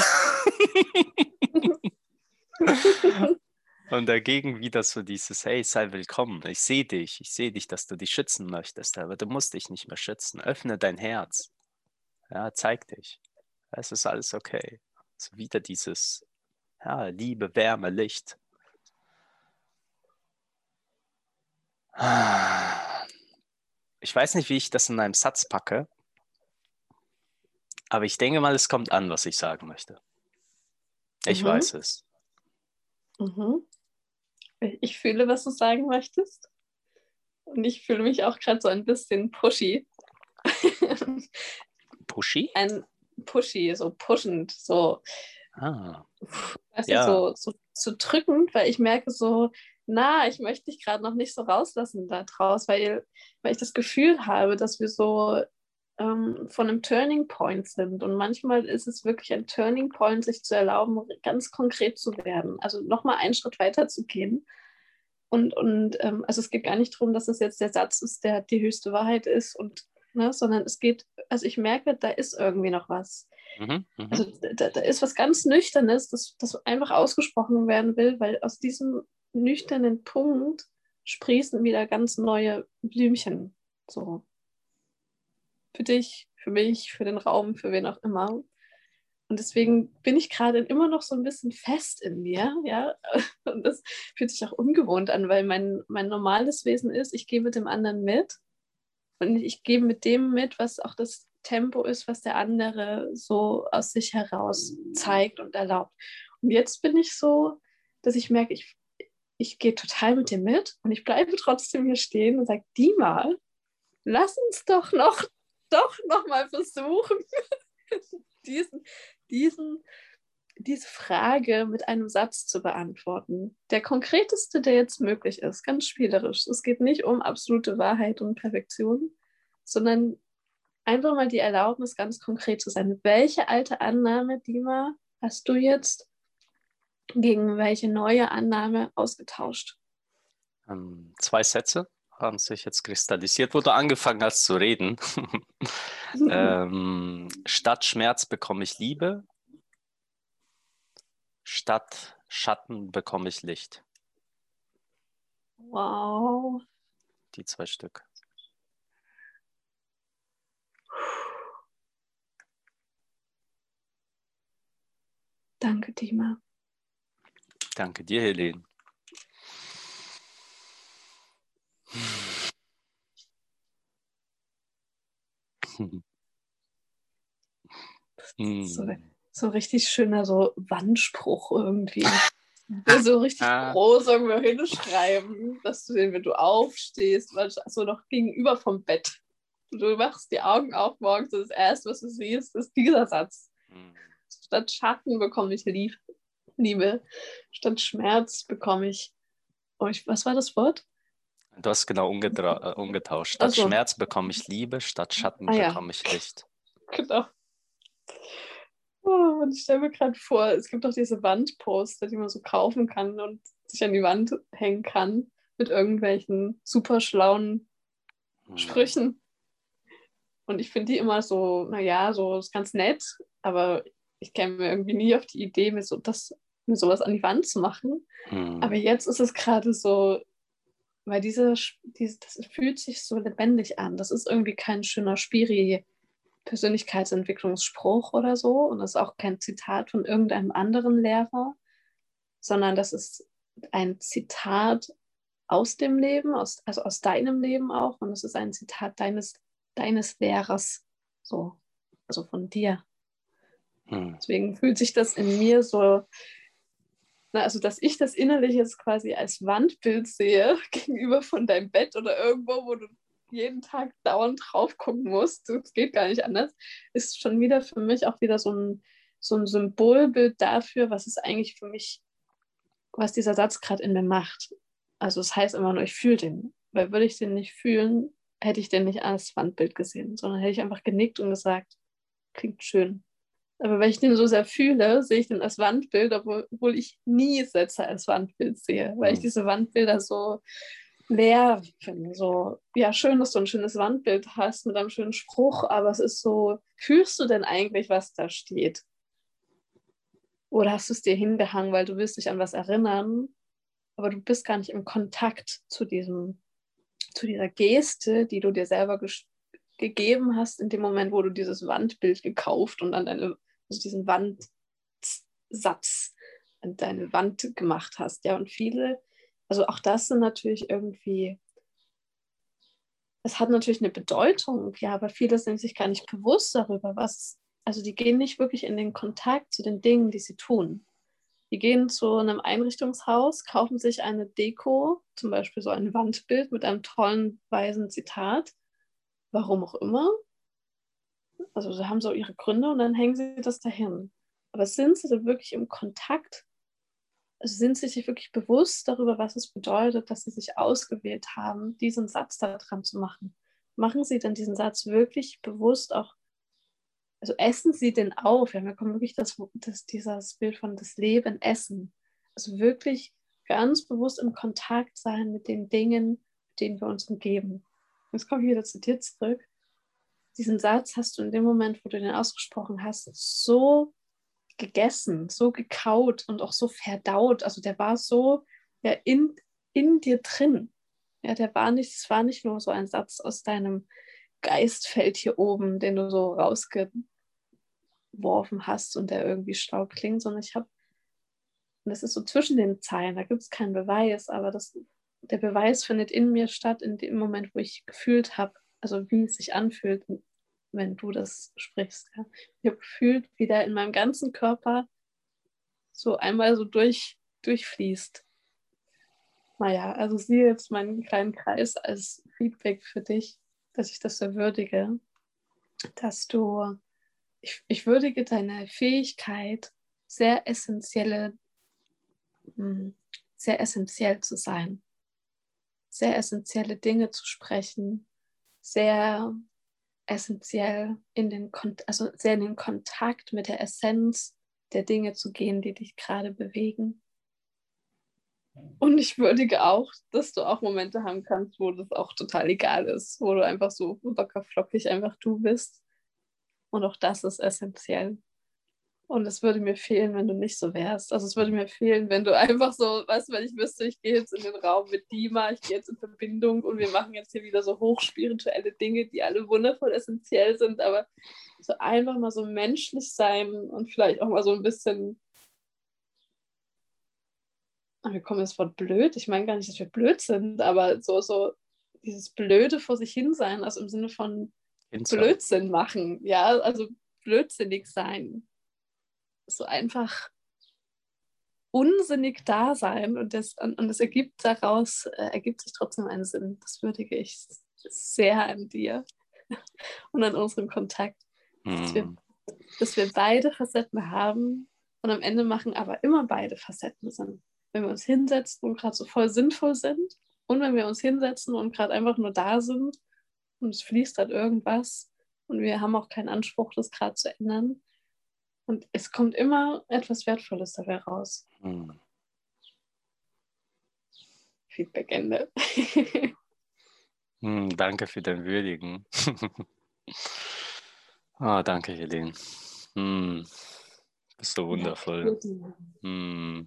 Und dagegen wieder so dieses, hey, sei willkommen, ich sehe dich, dass du dich schützen möchtest, aber du musst dich nicht mehr schützen. Öffne dein Herz. Ja, zeig dich. Es ist alles okay. So wieder dieses, ja, Liebe, Wärme, Licht. Ich weiß nicht, wie ich das in einem Satz packe, Aber ich denke mal, es kommt an, was ich sagen möchte. Ich Mhm. weiß es. Mhm. Ich fühle, was du sagen möchtest. Und ich fühle mich auch gerade so ein bisschen pushy. Pushy? Ein pushy, so pushend, so, Ah, weißt du, ja. so drückend, weil ich merke so, na, ich möchte dich gerade noch nicht so rauslassen da draus, weil ich das Gefühl habe, dass wir so von einem Turning Point sind. Und manchmal ist es wirklich ein Turning Point, sich zu erlauben, ganz konkret zu werden. Also nochmal einen Schritt weiter zu gehen. Und also es geht gar nicht darum, dass es jetzt der Satz ist, der die höchste Wahrheit ist, und, ne, sondern es geht, also ich merke, da ist irgendwie noch was. Mhm, Also mhm. da ist was ganz Nüchternes, das einfach ausgesprochen werden will, weil aus diesem nüchternen Punkt sprießen wieder ganz neue Blümchen. So. Für dich, für mich, für den Raum, für wen auch immer. Und deswegen bin ich gerade immer noch so ein bisschen fest in mir, ja. Und das fühlt sich auch ungewohnt an, weil mein normales Wesen ist, ich gehe mit dem anderen mit und ich gehe mit dem mit, was auch das Tempo ist, was der andere so aus sich heraus zeigt und erlaubt. Und jetzt bin ich so, dass ich merke, ich gehe total mit dir mit und ich bleibe trotzdem hier stehen und sage, Dima, lass uns doch noch mal versuchen, diesen, diesen, diese Frage mit einem Satz zu beantworten. Der konkreteste, der jetzt möglich ist, ganz spielerisch. Es geht nicht um absolute Wahrheit und Perfektion, sondern einfach mal die Erlaubnis, ganz konkret zu sein. Welche alte Annahme, Dima, hast du jetzt gegen welche neue Annahme ausgetauscht? 2 Sätze haben sich jetzt kristallisiert, wo du angefangen hast zu reden. Statt Schmerz bekomme ich Liebe, statt Schatten bekomme ich Licht. Wow. Die 2 Stück. Danke, Dima. Danke dir, Helene. So, Hm. so richtig schöner so Wandspruch irgendwie. So richtig Ah. groß irgendwo hinschreiben, dass du den, wenn du aufstehst, so noch gegenüber vom Bett. Du machst die Augen auf morgens und das Erste, was du siehst, ist dieser Satz. Hm. Statt Schatten bekomme ich Liebe. Statt Schmerz bekomme ich, was war das Wort? Du hast genau umgetauscht. Statt Achso, Schmerz bekomme ich Liebe, statt Schatten ah ja, bekomme ich Licht. genau. Oh, und ich stelle mir gerade vor, es gibt auch diese Wandposter, die man so kaufen kann und sich an die Wand hängen kann mit irgendwelchen super schlauen Hm. Sprüchen. Und ich finde die immer so, naja, so ist ganz nett, aber ich käme mir irgendwie nie auf die Idee, mir sowas an die Wand zu machen. Aber Hm. jetzt ist es gerade so, weil das fühlt sich so lebendig an. Das ist irgendwie kein schöner Persönlichkeitsentwicklungsspruch oder so. Und das ist auch kein Zitat von irgendeinem anderen Lehrer, sondern das ist ein Zitat aus dem Leben, also aus deinem Leben auch. Und es ist ein Zitat deines Lehrers, so, also von dir. Hm. Deswegen fühlt sich das in mir so, na, also dass ich das innerlich jetzt quasi als Wandbild sehe, gegenüber von deinem Bett oder irgendwo, wo du jeden Tag dauernd drauf gucken musst, es geht gar nicht anders, ist schon wieder für mich auch wieder so ein Symbolbild dafür, was es eigentlich für mich, was dieser Satz gerade in mir macht. Also es heißt immer nur, ich fühle den. Weil würde ich den nicht fühlen, hätte ich den nicht als Wandbild gesehen, sondern hätte ich einfach genickt und gesagt, klingt schön. Aber wenn ich den so sehr fühle, sehe ich den als Wandbild, obwohl ich nie Sätze als Wandbild sehe, weil ich Hm. diese Wandbilder so leer finde. So, ja, schön, dass du ein schönes Wandbild hast mit einem schönen Spruch, aber es ist so, fühlst du denn eigentlich, was da steht? Oder hast du es dir hingehangen, weil du willst dich an was erinnern, aber du bist gar nicht im Kontakt zu dieser Geste, die du dir selber gegeben hast, in dem Moment, wo du dieses Wandbild gekauft und also diesen Wandsatz an deine Wand gemacht hast. Ja, und viele, also auch das sind natürlich irgendwie, es hat natürlich eine Bedeutung, ja, aber viele sind sich gar nicht bewusst darüber, also die gehen nicht wirklich in den Kontakt zu den Dingen, die sie tun. Die gehen zu einem Einrichtungshaus, kaufen sich eine Deko, zum Beispiel so ein Wandbild mit einem tollen, weisen Zitat, warum auch immer. Also sie haben so ihre Gründe und dann hängen sie das dahin. Aber sind sie denn wirklich im Kontakt? Also sind sie sich wirklich bewusst darüber, was es bedeutet, dass sie sich ausgewählt haben, diesen Satz da dran zu machen? Machen sie denn diesen Satz wirklich bewusst auch, also essen sie den auf? Ja, mir kommt wirklich dieses Bild von das Leben essen. Also wirklich ganz bewusst im Kontakt sein mit den Dingen, mit denen wir uns umgeben. Jetzt komme ich wieder zu dir zurück. Diesen Satz hast du in dem Moment, wo du den ausgesprochen hast, so gegessen, so gekaut und auch so verdaut. Also der war so ja, in dir drin. Ja, es war nicht nur so ein Satz aus deinem Geistfeld hier oben, den du so rausgeworfen hast und der irgendwie schlau klingt, sondern und das ist so zwischen den Zeilen, da gibt es keinen Beweis, aber der Beweis findet in mir statt, in dem Moment, wo ich gefühlt habe, also wie es sich anfühlt, wenn du das sprichst. Ja. Ich habe gefühlt, wie der in meinem ganzen Körper so einmal so durchfließt. Naja, also siehe jetzt meinen kleinen Kreis als Feedback für dich, dass ich das so würdige, dass ich würdige deine Fähigkeit, sehr essentielle, sehr essentiell zu sein, sehr essentielle Dinge zu sprechen, sehr essentiell also sehr in den Kontakt mit der Essenz der Dinge zu gehen, die dich gerade bewegen. Und ich würdige auch, dass du auch Momente haben kannst, wo das auch total egal ist, wo du einfach so locker flockig einfach du bist. Und auch das ist essentiell. Und es würde mir fehlen, wenn du nicht so wärst. Also es würde mir fehlen, wenn du einfach so, weißt du, wenn ich wüsste, ich gehe jetzt in den Raum mit Dima, ich gehe jetzt in Verbindung und wir machen jetzt hier wieder so hochspirituelle Dinge, die alle wundervoll essentiell sind, aber so einfach mal so menschlich sein und vielleicht auch mal so ein bisschen, wir kommen jetzt von blöd, ich meine gar nicht, dass wir blöd sind, aber so dieses Blöde vor sich hin sein, also im Sinne von Insight. Blödsinn machen, ja, also blödsinnig sein. So einfach unsinnig da sein und das ergibt sich trotzdem einen Sinn. Das würdige ich sehr an dir und an unserem Kontakt, dass wir, Hm. dass wir beide Facetten haben und am Ende machen aber immer beide Facetten Sinn. Wenn wir uns hinsetzen und gerade so voll sinnvoll sind und wenn wir uns hinsetzen und gerade einfach nur da sind und es fließt halt irgendwas und wir haben auch keinen Anspruch, das gerade zu ändern. Und es kommt immer etwas Wertvolles dabei raus. Hm. Feedback Ende. Danke für dein Würdigen. Danke, Helene. Bist so wundervoll. Hm.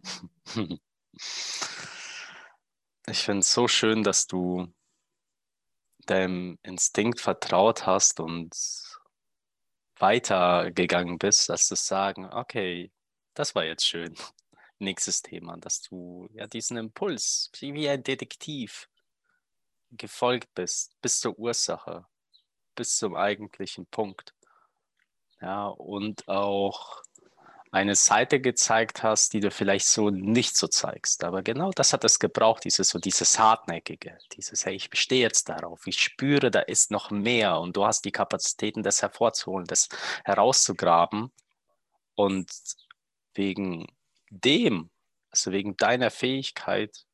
Ich finde es so schön, dass du deinem Instinkt vertraut hast und weitergegangen bist, als zu sagen, okay, das war jetzt schön. Nächstes Thema, dass du ja diesen Impuls, wie ein Detektiv, gefolgt bist, bis zur Ursache, bis zum eigentlichen Punkt. Ja, und auch eine Seite gezeigt hast, die du vielleicht so nicht so zeigst. Aber genau das hat es gebraucht, dieses Hartnäckige, hey, ich bestehe jetzt darauf, ich spüre, da ist noch mehr und du hast die Kapazitäten, das hervorzuholen, das herauszugraben. Und wegen dem, also wegen deiner Fähigkeit,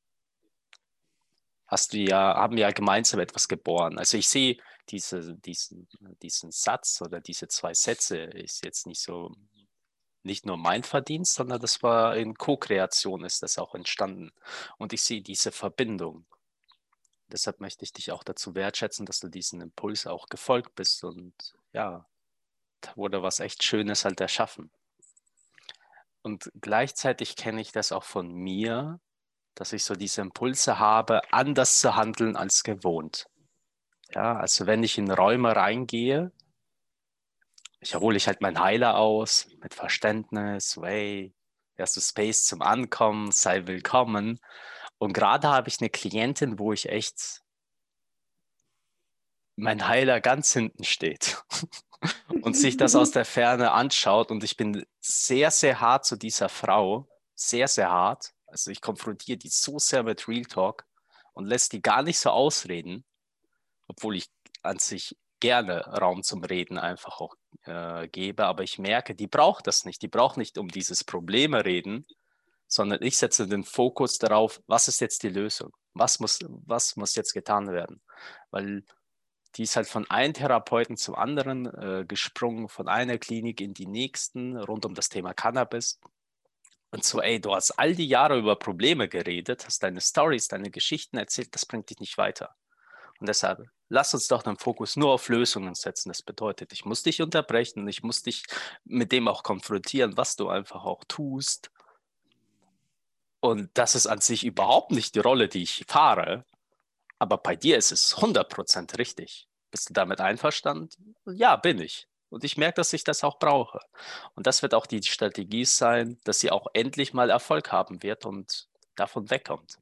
haben wir ja gemeinsam etwas geboren. Also ich sehe diesen Satz oder diese zwei Sätze ist jetzt nicht nur mein Verdienst, sondern das war in Co-Kreation ist das auch entstanden. Und ich sehe diese Verbindung. Deshalb möchte ich dich auch dazu wertschätzen, dass du diesen Impuls auch gefolgt bist und ja, da wurde was echt Schönes halt erschaffen. Und gleichzeitig kenne ich das auch von mir, dass ich so diese Impulse habe, anders zu handeln als gewohnt. Ja, also wenn ich in Räume reingehe, hole ich halt meinen Heiler aus mit Verständnis, hey, hast du Space zum Ankommen, sei willkommen. Und gerade habe ich eine Klientin, wo ich echt mein Heiler ganz hinten steht. und sich das aus der Ferne anschaut. Und ich bin sehr, sehr hart zu dieser Frau. Sehr, sehr hart. Also ich konfrontiere die so sehr mit Real Talk und lässt die gar nicht so ausreden, obwohl ich an sich gerne Raum zum Reden einfach auch gebe. Aber ich merke, die braucht das nicht. Die braucht nicht um dieses Probleme reden, sondern ich setze den Fokus darauf, was ist jetzt die Lösung? Was muss jetzt getan werden? Weil die ist halt von einem Therapeuten zum anderen gesprungen, von einer Klinik in die nächsten, rund um das Thema Cannabis. Und so, ey, du hast all die Jahre über Probleme geredet, hast deine Stories, deine Geschichten erzählt, das bringt dich nicht weiter. Und deshalb, lass uns doch den Fokus nur auf Lösungen setzen. Das bedeutet, ich muss dich unterbrechen, ich muss dich mit dem auch konfrontieren, was du einfach auch tust. Und das ist an sich überhaupt nicht die Rolle, die ich fahre. Aber bei dir ist es 100% richtig. Bist du damit einverstanden? Ja, bin ich. Und ich merke, dass ich das auch brauche. Und das wird auch die Strategie sein, dass sie auch endlich mal Erfolg haben wird und davon wegkommt.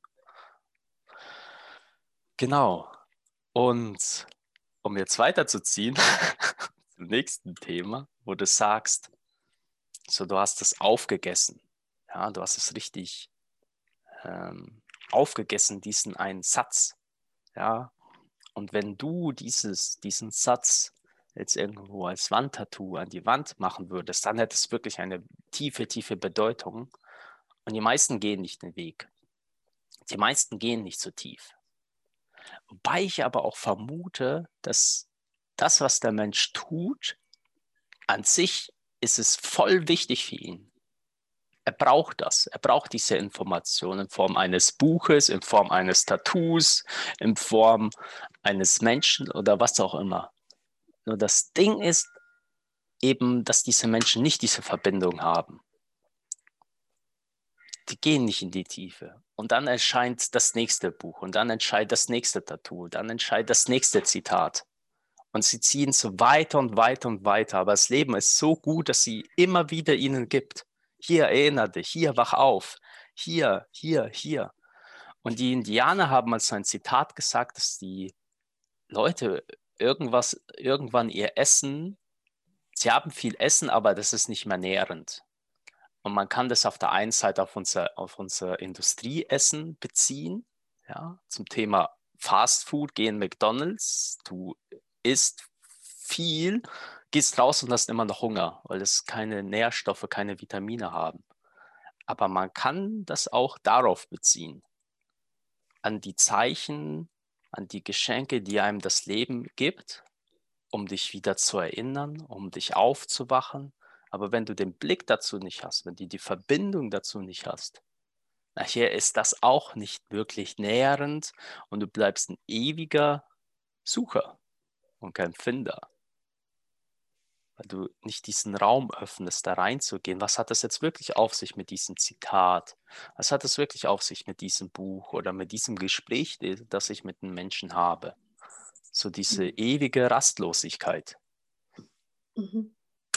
Genau. Und um jetzt weiterzuziehen zum nächsten Thema, wo du sagst, so du hast es aufgegessen. Ja, du hast es richtig aufgegessen, diesen einen Satz. Ja, und wenn du diesen Satz jetzt irgendwo als Wandtattoo an die Wand machen würdest, dann hätte es wirklich eine tiefe, tiefe Bedeutung. Und die meisten gehen nicht den Weg. Die meisten gehen nicht so tief. Wobei ich aber auch vermute, dass das, was der Mensch tut, an sich ist es voll wichtig für ihn. Er braucht das. Er braucht diese Information in Form eines Buches, in Form eines Tattoos, in Form eines Menschen oder was auch immer. Nur das Ding ist eben, dass diese Menschen nicht diese Verbindung haben. Die gehen nicht in die Tiefe. Und dann erscheint das nächste Buch und dann erscheint das nächste Tattoo, dann erscheint das nächste Zitat. Und sie ziehen so weiter und weiter und weiter. Aber das Leben ist so gut, dass sie immer wieder ihnen gibt. Hier, erinnere dich, hier, wach auf. Hier, hier, hier. Und die Indianer haben mal so ein Zitat gesagt, dass die Leute irgendwann ihr Essen, sie haben viel Essen, aber das ist nicht mehr nährend. Und man kann das auf der einen Seite auf unser Industrieessen beziehen, ja, zum Thema Fast Food, geh in McDonald's, du isst viel, gehst raus und hast immer noch Hunger, weil es keine Nährstoffe, keine Vitamine haben. Aber man kann das auch darauf beziehen, an die Zeichen, an die Geschenke, die einem das Leben gibt, um dich wieder zu erinnern, um dich aufzuwachen. Aber wenn du den Blick dazu nicht hast, wenn du die Verbindung dazu nicht hast, nachher ist das auch nicht wirklich nährend und du bleibst ein ewiger Sucher und kein Finder, weil du nicht diesen Raum öffnest, da reinzugehen. Was hat das jetzt wirklich auf sich mit diesem Zitat? Was hat es wirklich auf sich mit diesem Buch oder mit diesem Gespräch, das ich mit den Menschen habe? So diese ewige Rastlosigkeit. Mhm.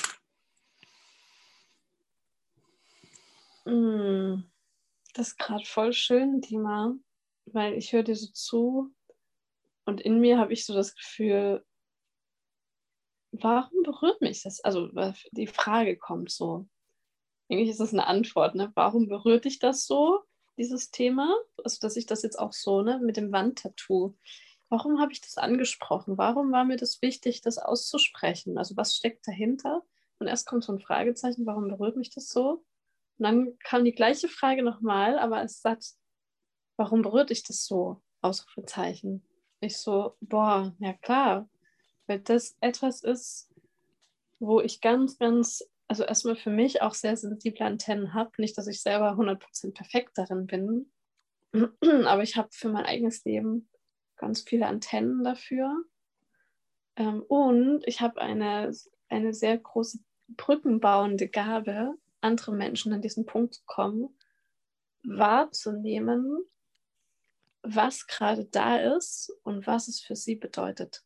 Mm, Das ist gerade voll schön, Dima, weil ich höre dir so zu und in mir habe ich so das Gefühl, warum berührt mich das? Also die Frage kommt so. Eigentlich ist das eine Antwort, ne? Warum berührt dich das so, dieses Thema? Also, dass ich das jetzt auch so, ne, mit dem Wandtattoo. Warum habe ich das angesprochen? Warum war mir das wichtig, das auszusprechen? Also, was steckt dahinter? Und erst kommt so ein Fragezeichen, warum berührt mich das so? Und dann kam die gleiche Frage nochmal, aber als Satz, warum berührt dich das so? Ausrufezeichen. Ich so, boah, ja klar, weil das etwas ist, wo ich ganz, ganz, also erstmal für mich auch sehr sensible Antennen habe. Nicht, dass ich selber 100% perfekt darin bin, aber ich habe für mein eigenes Leben ganz viele Antennen dafür. Und ich habe eine sehr große brückenbauende Gabe, andere Menschen an diesen Punkt zu kommen, wahrzunehmen, was gerade da ist und was es für sie bedeutet.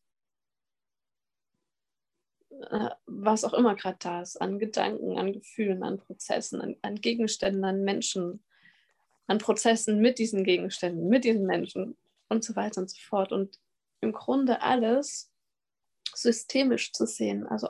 Was auch immer gerade da ist, an Gedanken, an Gefühlen, an Prozessen, an Gegenständen, an Menschen, an Prozessen mit diesen Gegenständen, mit diesen Menschen und so weiter und so fort. Und im Grunde alles systemisch zu sehen. Also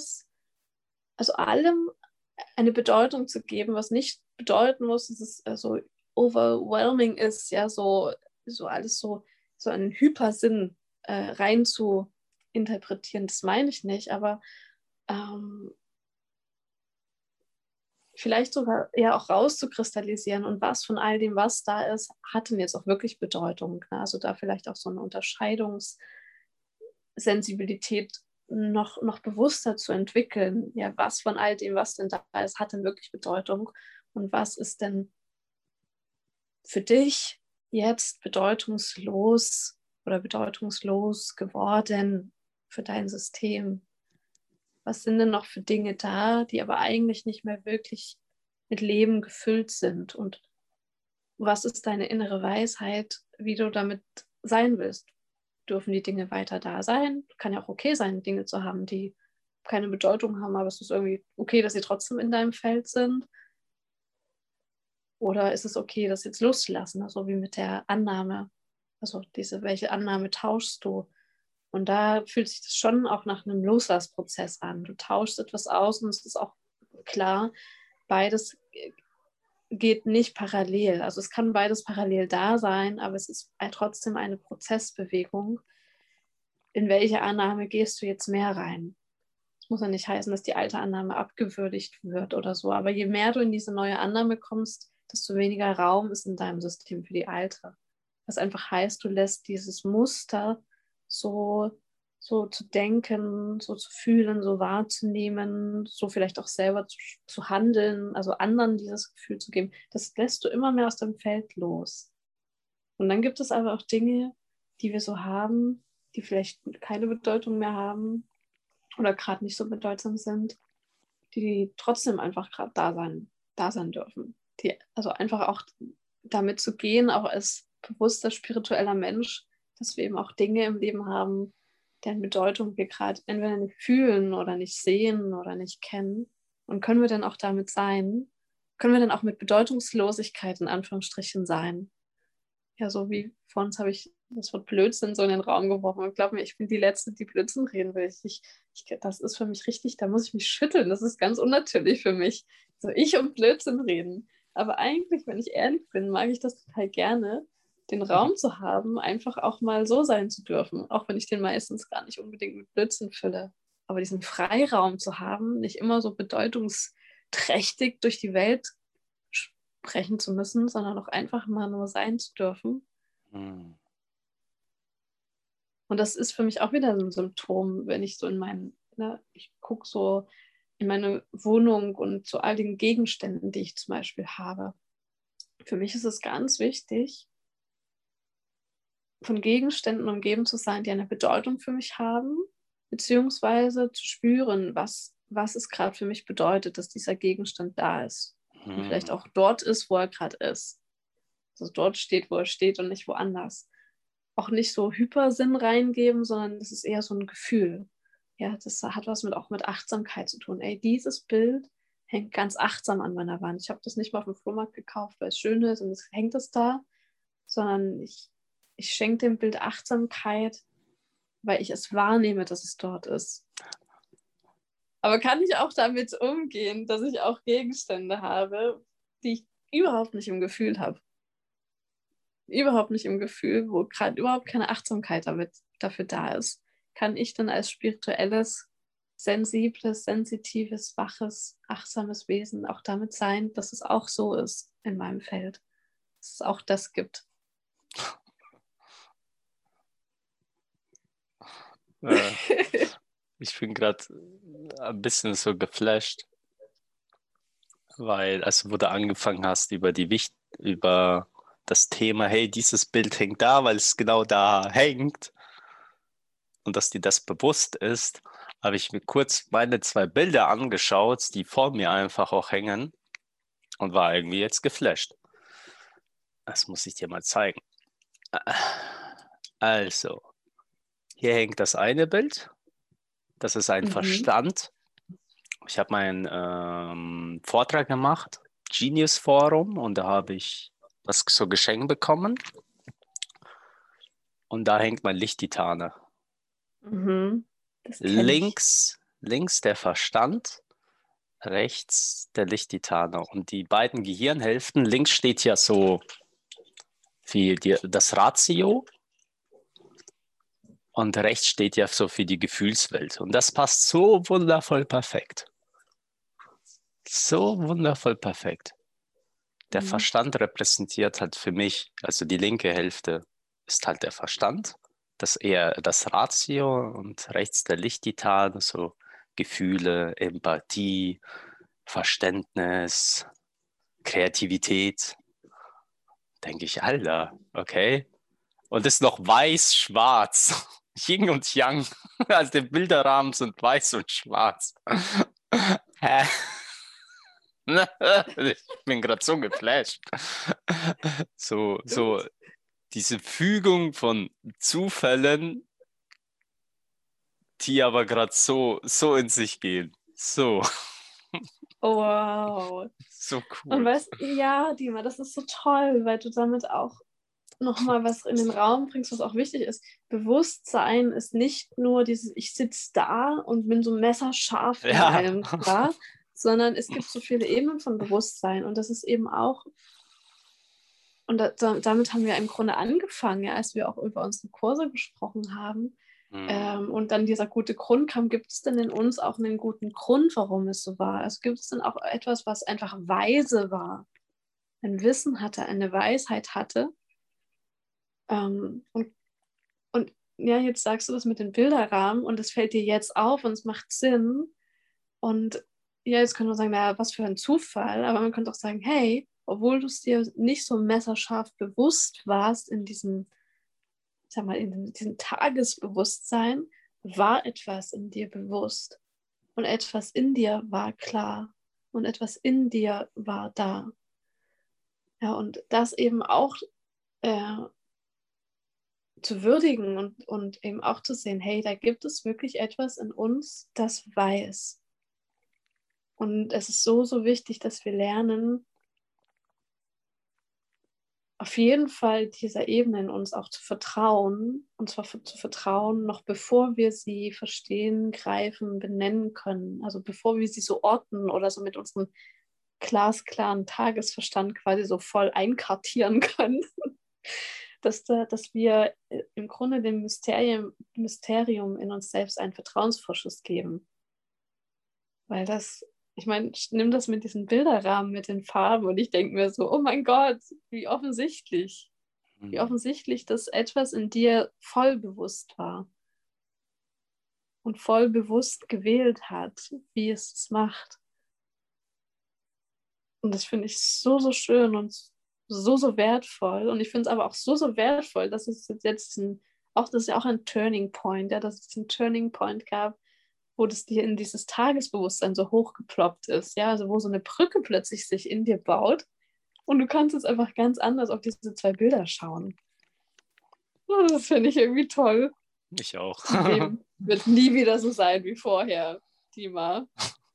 allem eine Bedeutung zu geben, was nicht bedeuten muss, dass es so overwhelming ist, ja, so alles so einen Hypersinn rein zu interpretieren. Das meine ich nicht, aber vielleicht sogar ja auch rauszukristallisieren und was von all dem, was da ist, hat denn jetzt auch wirklich Bedeutung. Ne? Also da vielleicht auch so eine Unterscheidungssensibilität noch bewusster zu entwickeln. Ja, was von all dem, was denn da ist, hat denn wirklich Bedeutung und was ist denn für dich jetzt bedeutungslos oder bedeutungslos geworden für dein System? Was sind denn noch für Dinge da, die aber eigentlich nicht mehr wirklich mit Leben gefüllt sind? Und was ist deine innere Weisheit, wie du damit sein willst? Dürfen die Dinge weiter da sein? Kann ja auch okay sein, Dinge zu haben, die keine Bedeutung haben, aber es ist irgendwie okay, dass sie trotzdem in deinem Feld sind. Oder ist es okay, das jetzt loszulassen, also wie mit der Annahme? Also welche Annahme tauschst du? Und da fühlt sich das schon auch nach einem Loslassprozess an. Du tauschst etwas aus und es ist auch klar, beides geht nicht parallel. Also es kann beides parallel da sein, aber es ist trotzdem eine Prozessbewegung. In welche Annahme gehst du jetzt mehr rein? Das muss ja nicht heißen, dass die alte Annahme abgewürdigt wird oder so, aber je mehr du in diese neue Annahme kommst, desto weniger Raum ist in deinem System für die alte. Was einfach heißt, du lässt dieses Muster so zu denken, so zu fühlen, so wahrzunehmen, so vielleicht auch selber zu handeln, also anderen dieses Gefühl zu geben, das lässt du immer mehr aus dem Feld los. Und dann gibt es aber auch Dinge, die wir so haben, die vielleicht keine Bedeutung mehr haben oder gerade nicht so bedeutsam sind, die trotzdem einfach gerade da sein dürfen. Also einfach auch damit zu gehen, auch als bewusster spiritueller Mensch, dass wir eben auch Dinge im Leben haben, deren Bedeutung wir gerade entweder nicht fühlen oder nicht sehen oder nicht kennen. Und können wir dann auch damit sein? Können wir dann auch mit Bedeutungslosigkeit in Anführungsstrichen sein? Ja, so wie vor uns habe ich das Wort Blödsinn so in den Raum geworfen. Und glaub mir, ich bin die Letzte, die Blödsinn reden will. Das ist für mich richtig, da muss ich mich schütteln. Das ist ganz unnatürlich für mich. So ich und Blödsinn reden. Aber eigentlich, wenn ich ehrlich bin, mag ich das total gerne, den Raum zu haben, einfach auch mal so sein zu dürfen. Auch wenn ich den meistens gar nicht unbedingt mit Blödsinn fülle. Aber diesen Freiraum zu haben, nicht immer so bedeutungsträchtig durch die Welt sprechen zu müssen, sondern auch einfach mal nur sein zu dürfen. Hm. Und das ist für mich auch wieder so ein Symptom, wenn ich so ich gucke so in meine Wohnung und zu all den Gegenständen, die ich zum Beispiel habe. Für mich ist es ganz wichtig, von Gegenständen umgeben zu sein, die eine Bedeutung für mich haben, beziehungsweise zu spüren, was es gerade für mich bedeutet, dass dieser Gegenstand da ist. Und vielleicht auch dort ist, wo er gerade ist. Also dort steht, wo er steht und nicht woanders. Auch nicht so Hypersinn reingeben, sondern das ist eher so ein Gefühl. Ja, das hat was auch mit Achtsamkeit zu tun. Ey, dieses Bild hängt ganz achtsam an meiner Wand. Ich habe das nicht mal auf dem Flohmarkt gekauft, weil es schön ist und es hängt es da, sondern ich schenke dem Bild Achtsamkeit, weil ich es wahrnehme, dass es dort ist. Aber kann ich auch damit umgehen, dass ich auch Gegenstände habe, die ich überhaupt nicht im Gefühl habe? Überhaupt nicht im Gefühl, wo gerade überhaupt keine Achtsamkeit dafür da ist, kann ich dann als spirituelles, sensibles, sensitives, waches, achtsames Wesen auch damit sein, dass es auch so ist in meinem Feld, dass es auch das gibt. Ich bin gerade ein bisschen so geflasht, weil wo du angefangen hast über das Thema, hey, dieses Bild hängt da, weil es genau da hängt und dass dir das bewusst ist, habe ich mir kurz meine 2 Bilder angeschaut, die vor mir einfach auch hängen und war irgendwie jetzt geflasht. Das muss ich dir mal zeigen. Also, hier hängt das eine Bild. Das ist ein Verstand. Ich habe meinen Vortrag gemacht, Genius Forum, und da habe ich das so geschenkt bekommen. Und da hängt mein Lichttitane. Mhm. Das kenne ich. Links der Verstand, rechts der Lichtitana. Und die beiden Gehirnhälften, links steht ja so wie das Ratio und rechts steht ja so für die Gefühlswelt. Und das passt so wundervoll perfekt. So wundervoll perfekt. Der Mhm. Verstand repräsentiert halt für mich, also die linke Hälfte ist halt der Verstand, das eher das Ratio und rechts der Lichttitan, so Gefühle, Empathie, Verständnis, Kreativität. Denke ich, Alter, okay. Und ist noch weiß-schwarz. Yin und Yang. Also die Bilderrahmen sind weiß und schwarz. Hä? Ich bin gerade so geflasht. So Stimmt. diese Fügung von Zufällen, die aber gerade so in sich gehen. Oh, wow. So Und cool. weißt, ja, Dima, das ist so toll, weil du damit auch nochmal was in den Raum bringst, was auch wichtig ist. Bewusstsein ist nicht nur dieses, ich sitze da und bin so messerscharf in Ja. einem da, sondern es gibt so viele Ebenen von Bewusstsein und das ist eben auch, und damit haben wir im Grunde angefangen, ja, als wir auch über unsere Kurse gesprochen haben. Hm. Und dann dieser gute Grund kam, gibt es denn in uns auch einen guten Grund, warum es so war? Also gibt es denn auch etwas, was einfach weise war, ein Wissen hatte, eine Weisheit hatte? Und ja, jetzt sagst du das mit den Bilderrahmen und es fällt dir jetzt auf und es macht Sinn. Und ja, jetzt könnte man sagen, naja, was für ein Zufall. Aber man könnte auch sagen, hey, obwohl du es dir nicht so messerscharf bewusst warst in diesem, ich sag mal, in diesem Tagesbewusstsein, war etwas in dir bewusst. Und etwas in dir war klar. Und etwas in dir war da. Ja, und das eben auch äh, zu würdigen und eben auch zu sehen, hey, da gibt es wirklich etwas in uns, das weiß. Und es ist so, so wichtig, dass wir lernen, auf jeden Fall dieser Ebene in uns auch zu vertrauen. Und zwar zu vertrauen, noch bevor wir sie verstehen, greifen, benennen können. Also bevor wir sie so orten oder so mit unserem glasklaren Tagesverstand quasi so voll einkartieren können. Dass wir im Grunde dem Mysterium in uns selbst einen Vertrauensvorschuss geben. Weil das, ich meine, nimm das mit diesen Bilderrahmen, mit den Farben und ich denke mir so, oh mein Gott, wie Hm. offensichtlich, dass etwas in dir voll bewusst war und voll bewusst gewählt hat, wie es es macht. Und das finde ich so, so schön und so, so wertvoll. Und ich finde es aber auch so, so wertvoll, dass es jetzt auch, das ist ja auch ein Turning Point, ja, dass es einen Turning Point gab, wo das dir in dieses Tagesbewusstsein so hochgeploppt ist, ja, also wo so eine Brücke plötzlich sich in dir baut und du kannst jetzt einfach ganz anders auf diese zwei Bilder schauen. Oh, das finde ich irgendwie toll. Ich auch. Das Leben wird nie wieder so sein wie vorher, Dima.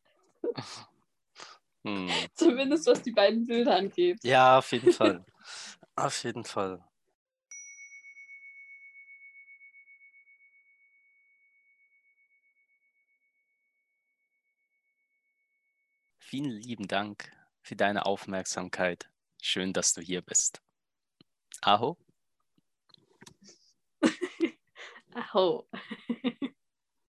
Hm. Zumindest was die beiden Bilder angeht. Ja, auf jeden Fall. Auf jeden Fall. Vielen lieben Dank für deine Aufmerksamkeit. Schön, dass du hier bist. Aho. Aho.